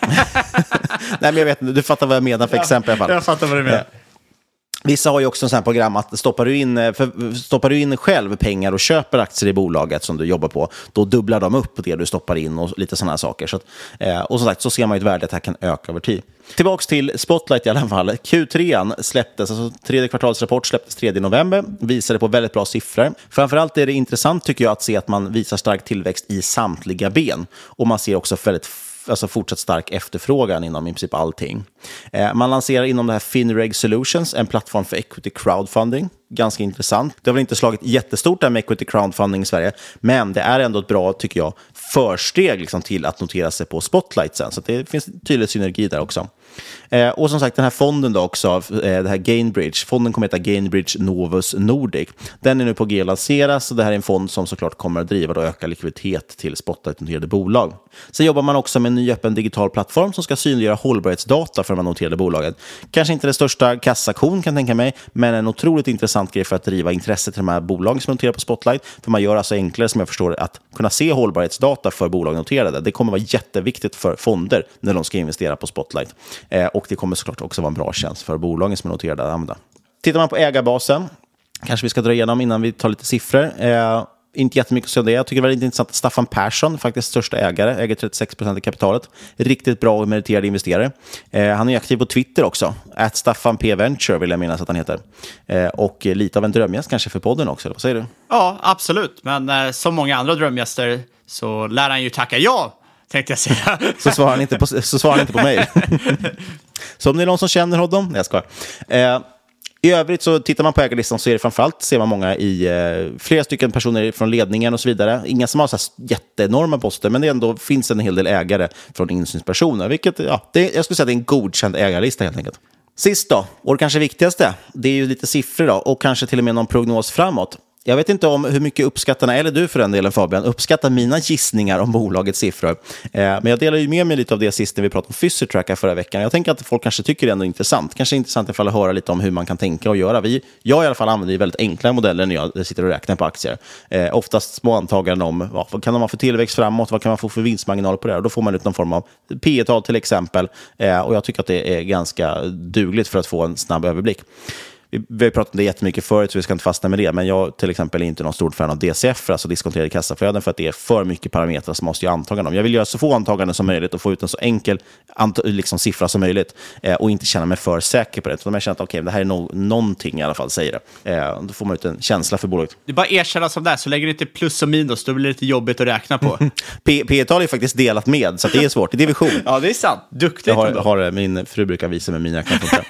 Nej, men jag vet inte, du fattar vad jag menar för exempel i alla fall. Jag fattar vad du menar. Vissa har ju också en sån här program att stoppar du in själv pengar och köper aktier i bolaget som du jobbar på, då dubblar de upp på det du stoppar in och lite sådana här saker. Så att, och som sagt så ser man ju ett värde att det här kan öka över tid. Tillbaks till Spotlight i alla fall. Q3 släpptes, alltså tredje kvartalsrapport släpptes 3 november, visade på väldigt bra siffror. Framförallt är det intressant tycker jag att se att man visar stark tillväxt i samtliga ben. Och man ser också fortsatt stark efterfrågan inom i princip allting. Man lanserar inom det här Finreg Solutions, en plattform för equity crowdfunding. Ganska intressant. Det har väl inte slagit jättestort där med equity crowdfunding i Sverige, men det är ändå ett bra, tycker jag, försteg liksom till att notera sig på Spotlight sen. Så det finns tydlig synergi där också. Och som sagt, den här fonden då också, det här Gainbridge, fonden kommer heta Gainbridge Novus Nordic. Den är nu på G att lanseras, och det här är en fond som såklart kommer att driva och öka likviditet till Spotlight-noterade bolag. Sen jobbar man också med en ny öppen digital plattform som ska synliggöra hållbarhetsdata för de noterade bolagen. Kanske inte det största kassakon kan jag tänka mig, men en otroligt intressant grej för att driva intresset till de här bolagen som noterar på Spotlight. För man gör alltså enklare, som jag förstår, att kunna se hållbarhetsdata för bolag noterade. Det kommer vara jätteviktigt för fonder när de ska investera på Spotlight. Och det kommer såklart också vara en bra tjänst för bolagen som är noterade att använda. Tittar man på ägarbasen, kanske vi ska dra igenom innan vi tar lite siffror. Inte jättemycket att säga om det. Jag tycker det var lite intressant att Staffan Persson, faktiskt största ägare, äger 36% av kapitalet. Riktigt bra och meriterad investerare. Han är aktiv på Twitter också. @StaffanPVenture vill jag minnas att han heter. Och lite av en drömgäst kanske för podden också. Vad säger du? Ja, absolut. Men som många andra drömgäster så lär han ju tacka ja, tänkte jag säga. Så svarar han inte på mejl. Så om det är någon som känner honom, jag ska. I övrigt så tittar man på ägarlistan så är det framförallt, ser man många i flera stycken personer från ledningen och så vidare. Inga som har så här jätteenorma poster, men det ändå finns en hel del ägare från insynspersoner. Vilket, jag skulle säga att det är en godkänd ägarlista helt enkelt. Sist då, och det kanske viktigaste, det är ju lite siffror då, och kanske till och med någon prognos framåt. Jag vet inte om hur mycket uppskattarna, eller du för den delen Fabian, uppskattar mina gissningar om bolagets siffror. Men jag delar ju med mig lite av det sist när vi pratade om Physitrack förra veckan. Jag tänker att folk kanske tycker det är ändå intressant. Kanske intressant ifall att höra lite om hur man kan tänka och göra. Jag i alla fall använder ju väldigt enkla modeller när jag sitter och räknar på aktier. Oftast små antaganden om vad kan de ha för tillväxt framåt, vad kan man få för vinstmarginal på det. Och då får man ut någon form av P/E-tal till exempel. Och jag tycker att det är ganska dugligt för att få en snabb överblick. Vi har pratat om det jättemycket förut, så vi ska inte fastna med det. Men jag till exempel är inte någon stort fan av DCF, alltså diskonterade kassaflöden, för att det är för mycket parametrar som måste jag antaga dem. Jag vill göra så få antaganden som möjligt och få ut en så enkel siffra som möjligt, och inte känna mig för säker på det. Så om jag känner att okej, det här är någonting i alla fall, säger det. Då får man ut en känsla för bolaget. Det är bara erkänna som det är, så lägger det inte plus och minus, då blir det lite jobbigt att räkna på. P/E-tal är faktiskt delat med, så det är svårt. Det är division. Ja, det är sant. Duktigt. Min fru brukar visa med mina räknarpunkter.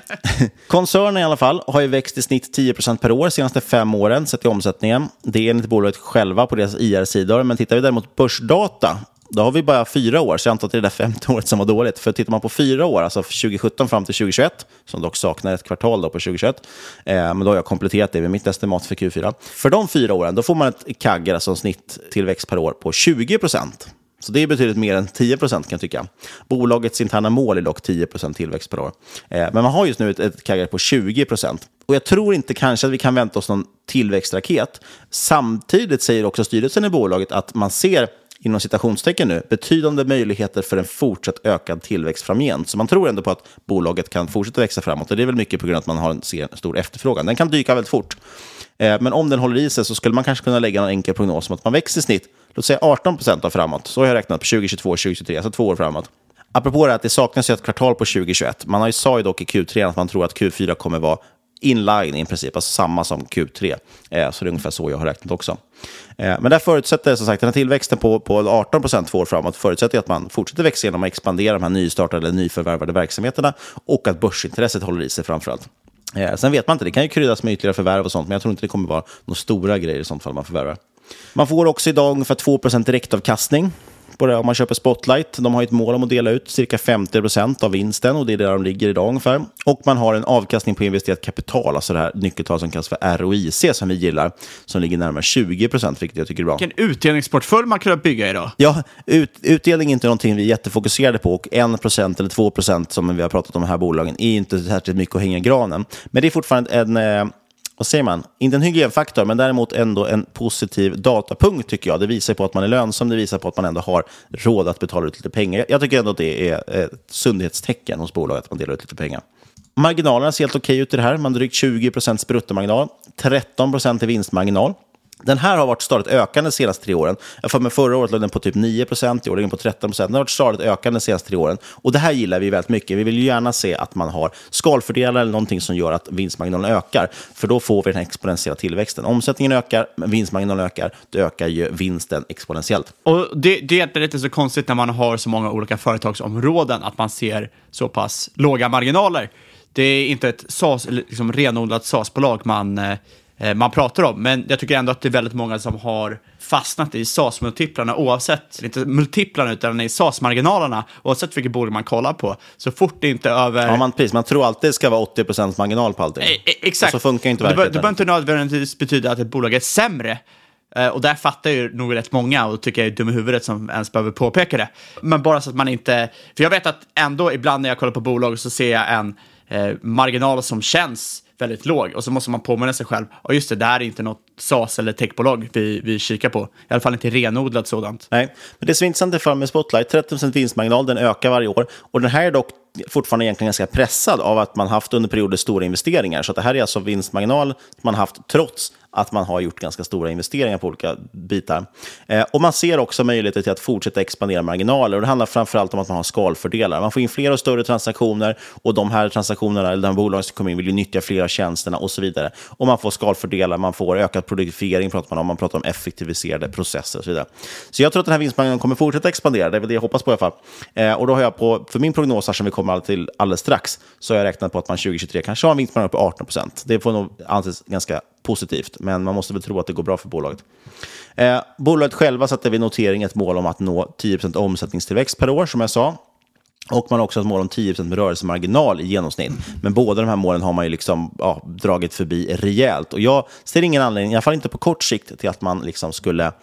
Koncernen i alla fall har ju växt i snitt 10% per år de senaste 5 åren sett i omsättningen. Det är enligt bolaget själva på deras IR-sidor. Men tittar vi däremot börsdata, då har vi bara 4 år, så jag antar att det är det 5:e året som var dåligt. För tittar man på 4 år, alltså 2017 fram till 2021, som dock saknar ett kvartal då på 2021, men då har jag kompletterat det med mitt estimat för Q4. För de 4 åren, då får man ett CAGR, alltså snitt tillväxt per år, på 20%. Så det är betydligt mer än 10% kan jag tycka. Bolagets interna mål är dock 10% tillväxt per år. Men man har just nu ett CAGR på 20%. Och jag tror inte kanske att vi kan vänta oss någon tillväxtraket. Samtidigt säger också styrelsen i bolaget att man ser, inom citationstecken nu, betydande möjligheter för en fortsatt ökad tillväxt framgent. Så man tror ändå på att bolaget kan fortsätta växa framåt. Och det är väl mycket på grund av att man har en stor efterfrågan. Den kan dyka väldigt fort. Men om den håller i sig så skulle man kanske kunna lägga en enkel prognos om att man växer i snitt, låt säga 18% av framåt. Så har jag räknat på 2022, 2023, alltså 2 år framåt. Apropå det att det saknas ett kvartal på 2021. Man har ju sagt dock i Q3 att man tror att Q4 kommer vara inline i princip, alltså samma som Q3. Så det är ungefär så jag har räknat också. Men där förutsätter som sagt den här tillväxten på 18% 2 år framåt förutsätter att man fortsätter växa genom att expandera de här nystartade eller nyförvärvade verksamheterna och att börsintresset håller i sig framförallt. Sen vet man inte, det kan ju kryddas med ytterligare förvärv och sånt, men jag tror inte det kommer vara några stora grejer i sånt fall man förvärvar. Man får också idag ungefär 2% direktavkastning på det om man köper Spotlight. De har ett mål om att dela ut cirka 50% av vinsten, och det är där de ligger idag ungefär. Och man har en avkastning på investerat kapital, alltså det här nyckeltal som kallas för ROIC som vi gillar, som ligger närmare 20%, vilket jag tycker är bra. Vilken utdelningsportfölj man kan bygga idag. Ja, utdelning är inte någonting vi är jättefokuserade på, och 1% eller 2% som vi har pratat om de här bolagen är inte särskilt mycket att hänga i granen. Men det är fortfarande en vad säger man? Inte en hygienfaktor, men däremot ändå en positiv datapunkt tycker jag. Det visar på att man är lönsam, det visar på att man ändå har råd att betala ut lite pengar. Jag tycker ändå att det är ett sundhetstecken hos bolaget att man delar ut lite pengar. Marginalerna ser helt okej ut i det här. Man har drygt 20% bruttomarginal, 13% i vinstmarginal. Den här har varit stadigt ökande de senaste 3 åren. Jag får med förra året låg den på typ 9%, i år ligger den på 13%. Den har varit stadigt ökande de senaste 3 åren. Och det här gillar vi väldigt mycket. Vi vill ju gärna se att man har skalfördelar eller någonting som gör att vinstmarginalen ökar. För då får vi den här exponentiella tillväxten. Omsättningen ökar, men vinstmarginalen ökar. Då ökar ju vinsten exponentiellt. Och det är inte så konstigt när man har så många olika företagsområden att man ser så pass låga marginaler. Det är inte ett renodlat SaaS-bolag man man pratar om. Men jag tycker ändå att det är väldigt många som har fastnat i SAS-multiplarna oavsett, inte multiplarna utan i SAS-marginalerna, oavsett vilket bolag man kollar på. Så fort det inte över... Ja, man tror alltid det ska vara 80% marginal på allting. Exakt. Och så funkar inte verkligheten. Det behöver inte nödvändigtvis betyda att ett bolag är sämre. Och där fattar ju nog rätt många och tycker jag är dum i huvudet som ens behöver påpeka det. Men bara så att man inte... För jag vet att ändå ibland när jag kollar på bolag så ser jag en marginal som känns väldigt låg. Och så måste man påminna sig själv. Och just det här är inte något SAS eller techbolag vi kikar på. I alla fall inte renodlat sådant. Nej, men det som är intressant i fall med Spotlight, 30% vinstmarginal, den ökar varje år. Och den här är dock fortfarande egentligen ganska pressad av att man haft under perioder stora investeringar. Så att det här är alltså vinstmarginal man haft trots att man har gjort ganska stora investeringar på olika bitar. Och man ser också möjligheter till att fortsätta expandera marginaler. Och det handlar framförallt om att man har skalfördelar. Man får in fler och större transaktioner och de här transaktionerna, eller de bolag som kommer in, vill ju nyttja fler av tjänsterna och så vidare. Och man får skalfördelar, man får ökad produktifiering, man pratar om effektiviserade processer och så vidare. Så jag tror att den här vinstmarginalen kommer fortsätta expandera. Det är väl det jag hoppas på i alla fall. Och då har jag för min prognos här som vi kommer till alldeles strax, så har jag räknat på att man 2023 kanske har en vinstmarginal på 18%. Det får nog anses ganska positivt, men man måste väl tro att det går bra för bolaget. Bolaget själva satte vid notering ett mål om att nå 10% omsättningstillväxt per år, som jag sa. Och man har också ett mål om 10% med rörelsemarginal i genomsnitt. Men båda de här målen har man ju liksom dragit förbi rejält. Och jag ser ingen anledning, i alla fall inte på kort sikt, till att man liksom skulle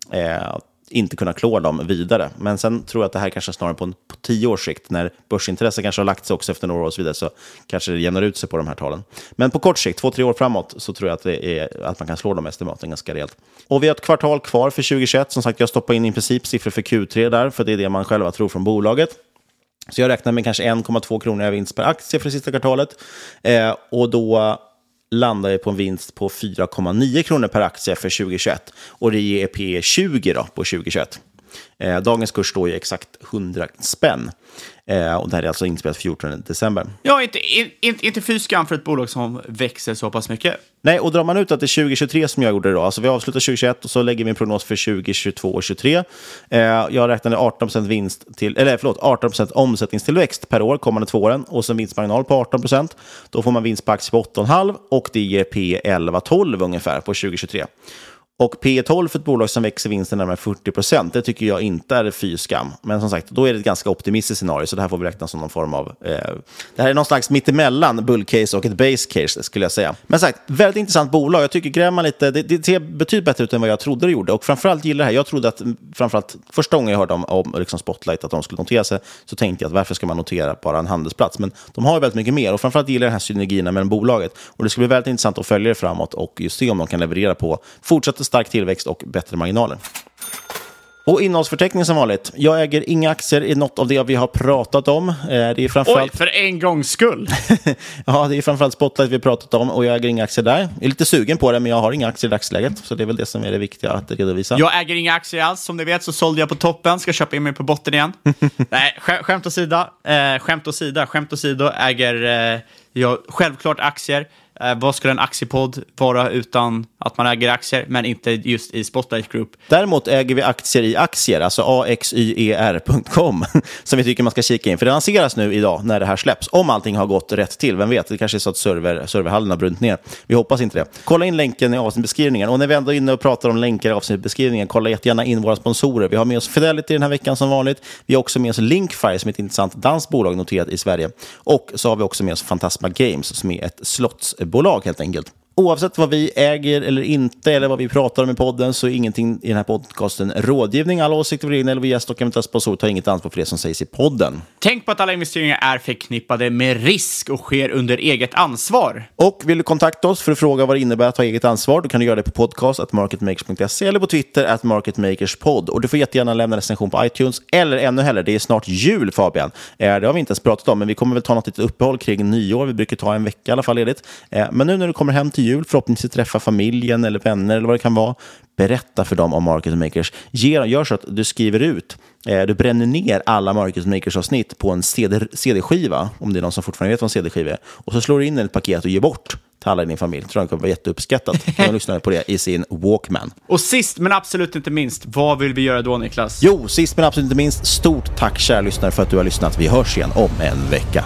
inte kunna klå dem vidare. Men sen tror jag att det här kanske snarare på 10 års sikt, när börsintresse kanske har lagt sig också efter några år och så vidare, så kanske det jämnar ut sig på de här talen. Men på kort sikt, 2-3 år framåt, så tror jag att, att man kan slå de estimaten ganska rejält. Och vi har ett kvartal kvar för 2021. Som sagt, jag stoppar in i princip siffror för Q3 där, för det är det man själva tror från bolaget. Så jag räknar med kanske 1,2 kronor i vinst per aktie för det sista kvartalet. Och då landar jag på en vinst på 4,9 kronor per aktie för 2021. Och det ger P20 då på 2021. Dagens kurs står ju exakt 100 spänn. Och det här är alltså inspelat 14 december. Ja, inte fy skam för ett bolag som växer så pass mycket. Nej, och drar man ut att det är 2023 som jag gjorde då. Alltså vi avslutar 2021 och så lägger vi en prognos för 2022 och 2023. Jag räknade 18% omsättningstillväxt per år kommande 2 åren. Och så en vinstmarginal på 18%. Då får man vinst på aktie på 8,5 och det ger P11-12 ungefär på 2023. Och P12 för ett bolag som växer vinsten närmare 40%, det tycker jag inte är fy skam. Men som sagt, då är det ett ganska optimistiskt scenario, så det här får vi räkna som någon form av... det här är någon slags mittemellan bullcase och ett base case, skulle jag säga. Men sagt, väldigt intressant bolag. Jag tycker grämma lite, det ser betydligt bättre ut än vad jag trodde det gjorde. Och framförallt gillar det här. Jag trodde att, framförallt första gången jag hörde om liksom Spotlight, att de skulle notera sig, så tänkte jag att varför ska man notera bara en handelsplats? Men de har ju väldigt mycket mer, och framförallt gillar den här synergierna mellan bolaget. Och det ska bli väldigt intressant att följa det framåt och just se om de kan leverera på fortsatt stark tillväxt och bättre marginaler. Och innehållsförteckning som vanligt. Jag äger inga aktier i något av det vi har pratat om. Det är framförallt... Oj, för en gångs skull! Ja, det är framförallt Spotlight vi har pratat om och jag äger inga aktier där. Jag är lite sugen på det, men jag har inga aktier i dagsläget. Så det är väl det som är det viktiga att redovisa. Jag äger inga aktier alls. Som ni vet så sålde jag på toppen. Ska köpa in mig på botten igen. Nej, skämt åsido äger jag självklart aktier. Vad skulle en aktiepodd vara utan att man äger aktier, men inte just i Spotlight Group? Däremot äger vi aktier i aktier, alltså axyer.com, som vi tycker man ska kika in. För det lanseras nu idag när det här släpps. Om allting har gått rätt till, vem vet? Det kanske är så att serverhallen har brunnit ner. Vi hoppas inte det. Kolla in länken i avsnittbeskrivningen. Och när vi ändå är inne och pratar om länkar i avsnittbeskrivningen, kolla jättegärna in våra sponsorer. Vi har med oss Fidelity den här veckan som vanligt. Vi har också med oss Linkfire som är ett intressant dansbolag noterat i Sverige. Och så har vi också med oss Fantasma Games som är ett slottsbolag helt enkelt. Oavsett vad vi äger eller inte, eller vad vi pratar om i podden, så är ingenting i den här podcasten rådgivning. Alla åsikter vi eller vi gäst och eventuellt sponsor tar inget ansvar för det som sägs i podden. Tänk på att alla investeringar är förknippade med risk och sker under eget ansvar. Och vill du kontakta oss för att fråga vad det innebär att ta eget ansvar, då kan du göra det på podcast@marketmakers.se eller på Twitter @marketmakerspod. Och du får jättegärna lämna recension på iTunes, eller ännu hellre, det är snart jul, Fabian. Det har vi inte ens pratat om, men vi kommer väl ta något litet uppehåll kring nyår. Vi brukar ta en vecka i alla fall ledigt. Men nu när du kommer hem till jul, förhoppningsvis träffa familjen eller vänner eller vad det kan vara, berätta för dem om Market Makers. Gör så att du skriver ut, du bränner ner alla Market Makers avsnitt på en CD-skiva, om det är någon som fortfarande vet vad en CD-skiva är, och så slår du in ett paket och ger bort till alla i din familj. Jag tror det kommer vara jätteuppskattat. Jag lyssnar på det i sin Walkman. Och sist men absolut inte minst, vad vill vi göra då, Niklas? Jo, sist men absolut inte minst, stort tack kära lyssnare för att du har lyssnat. Vi hörs igen om en vecka.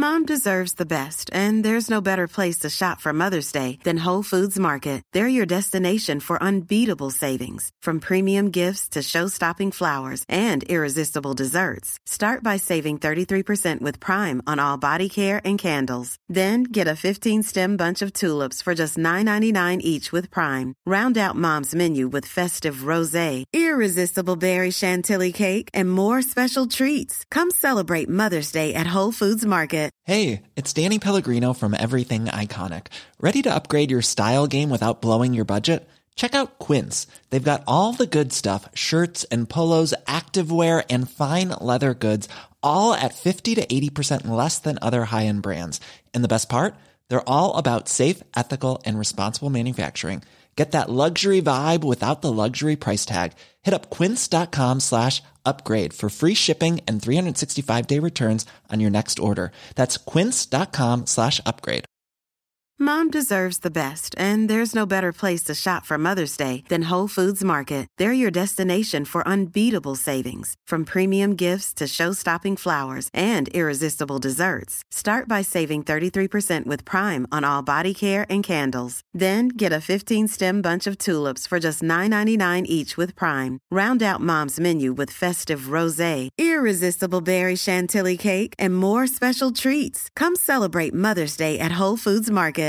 Mom deserves the best, and there's no better place to shop for Mother's Day than Whole Foods Market. They're your destination for unbeatable savings, from premium gifts to show-stopping flowers and irresistible desserts. Start by saving 33% with Prime on all body care and candles. Then get a 15-stem bunch of tulips for just $9.99 each with Prime. Round out Mom's menu with festive rosé, irresistible berry chantilly cake, and more special treats. Come celebrate Mother's Day at Whole Foods Market. Hey, it's Danny Pellegrino from Everything Iconic. Ready to upgrade your style game without blowing your budget? Check out Quince. They've got all the good stuff, shirts and polos, activewear, and fine leather goods, all at 50 to 80% less than other high-end brands. And the best part? They're all about safe, ethical, and responsible manufacturing. Get that luxury vibe without the luxury price tag. Hit up quince.com/upgrade for free shipping and 365-day returns on your next order. That's quince.com/upgrade. Mom deserves the best, and there's no better place to shop for Mother's Day than Whole Foods Market. They're your destination for unbeatable savings, from premium gifts to show-stopping flowers and irresistible desserts. Start by saving 33% with Prime on all body care and candles. Then get a 15-stem bunch of tulips for just $9.99 each with Prime. Round out Mom's menu with festive rosé, irresistible berry chantilly cake, and more special treats. Come celebrate Mother's Day at Whole Foods Market.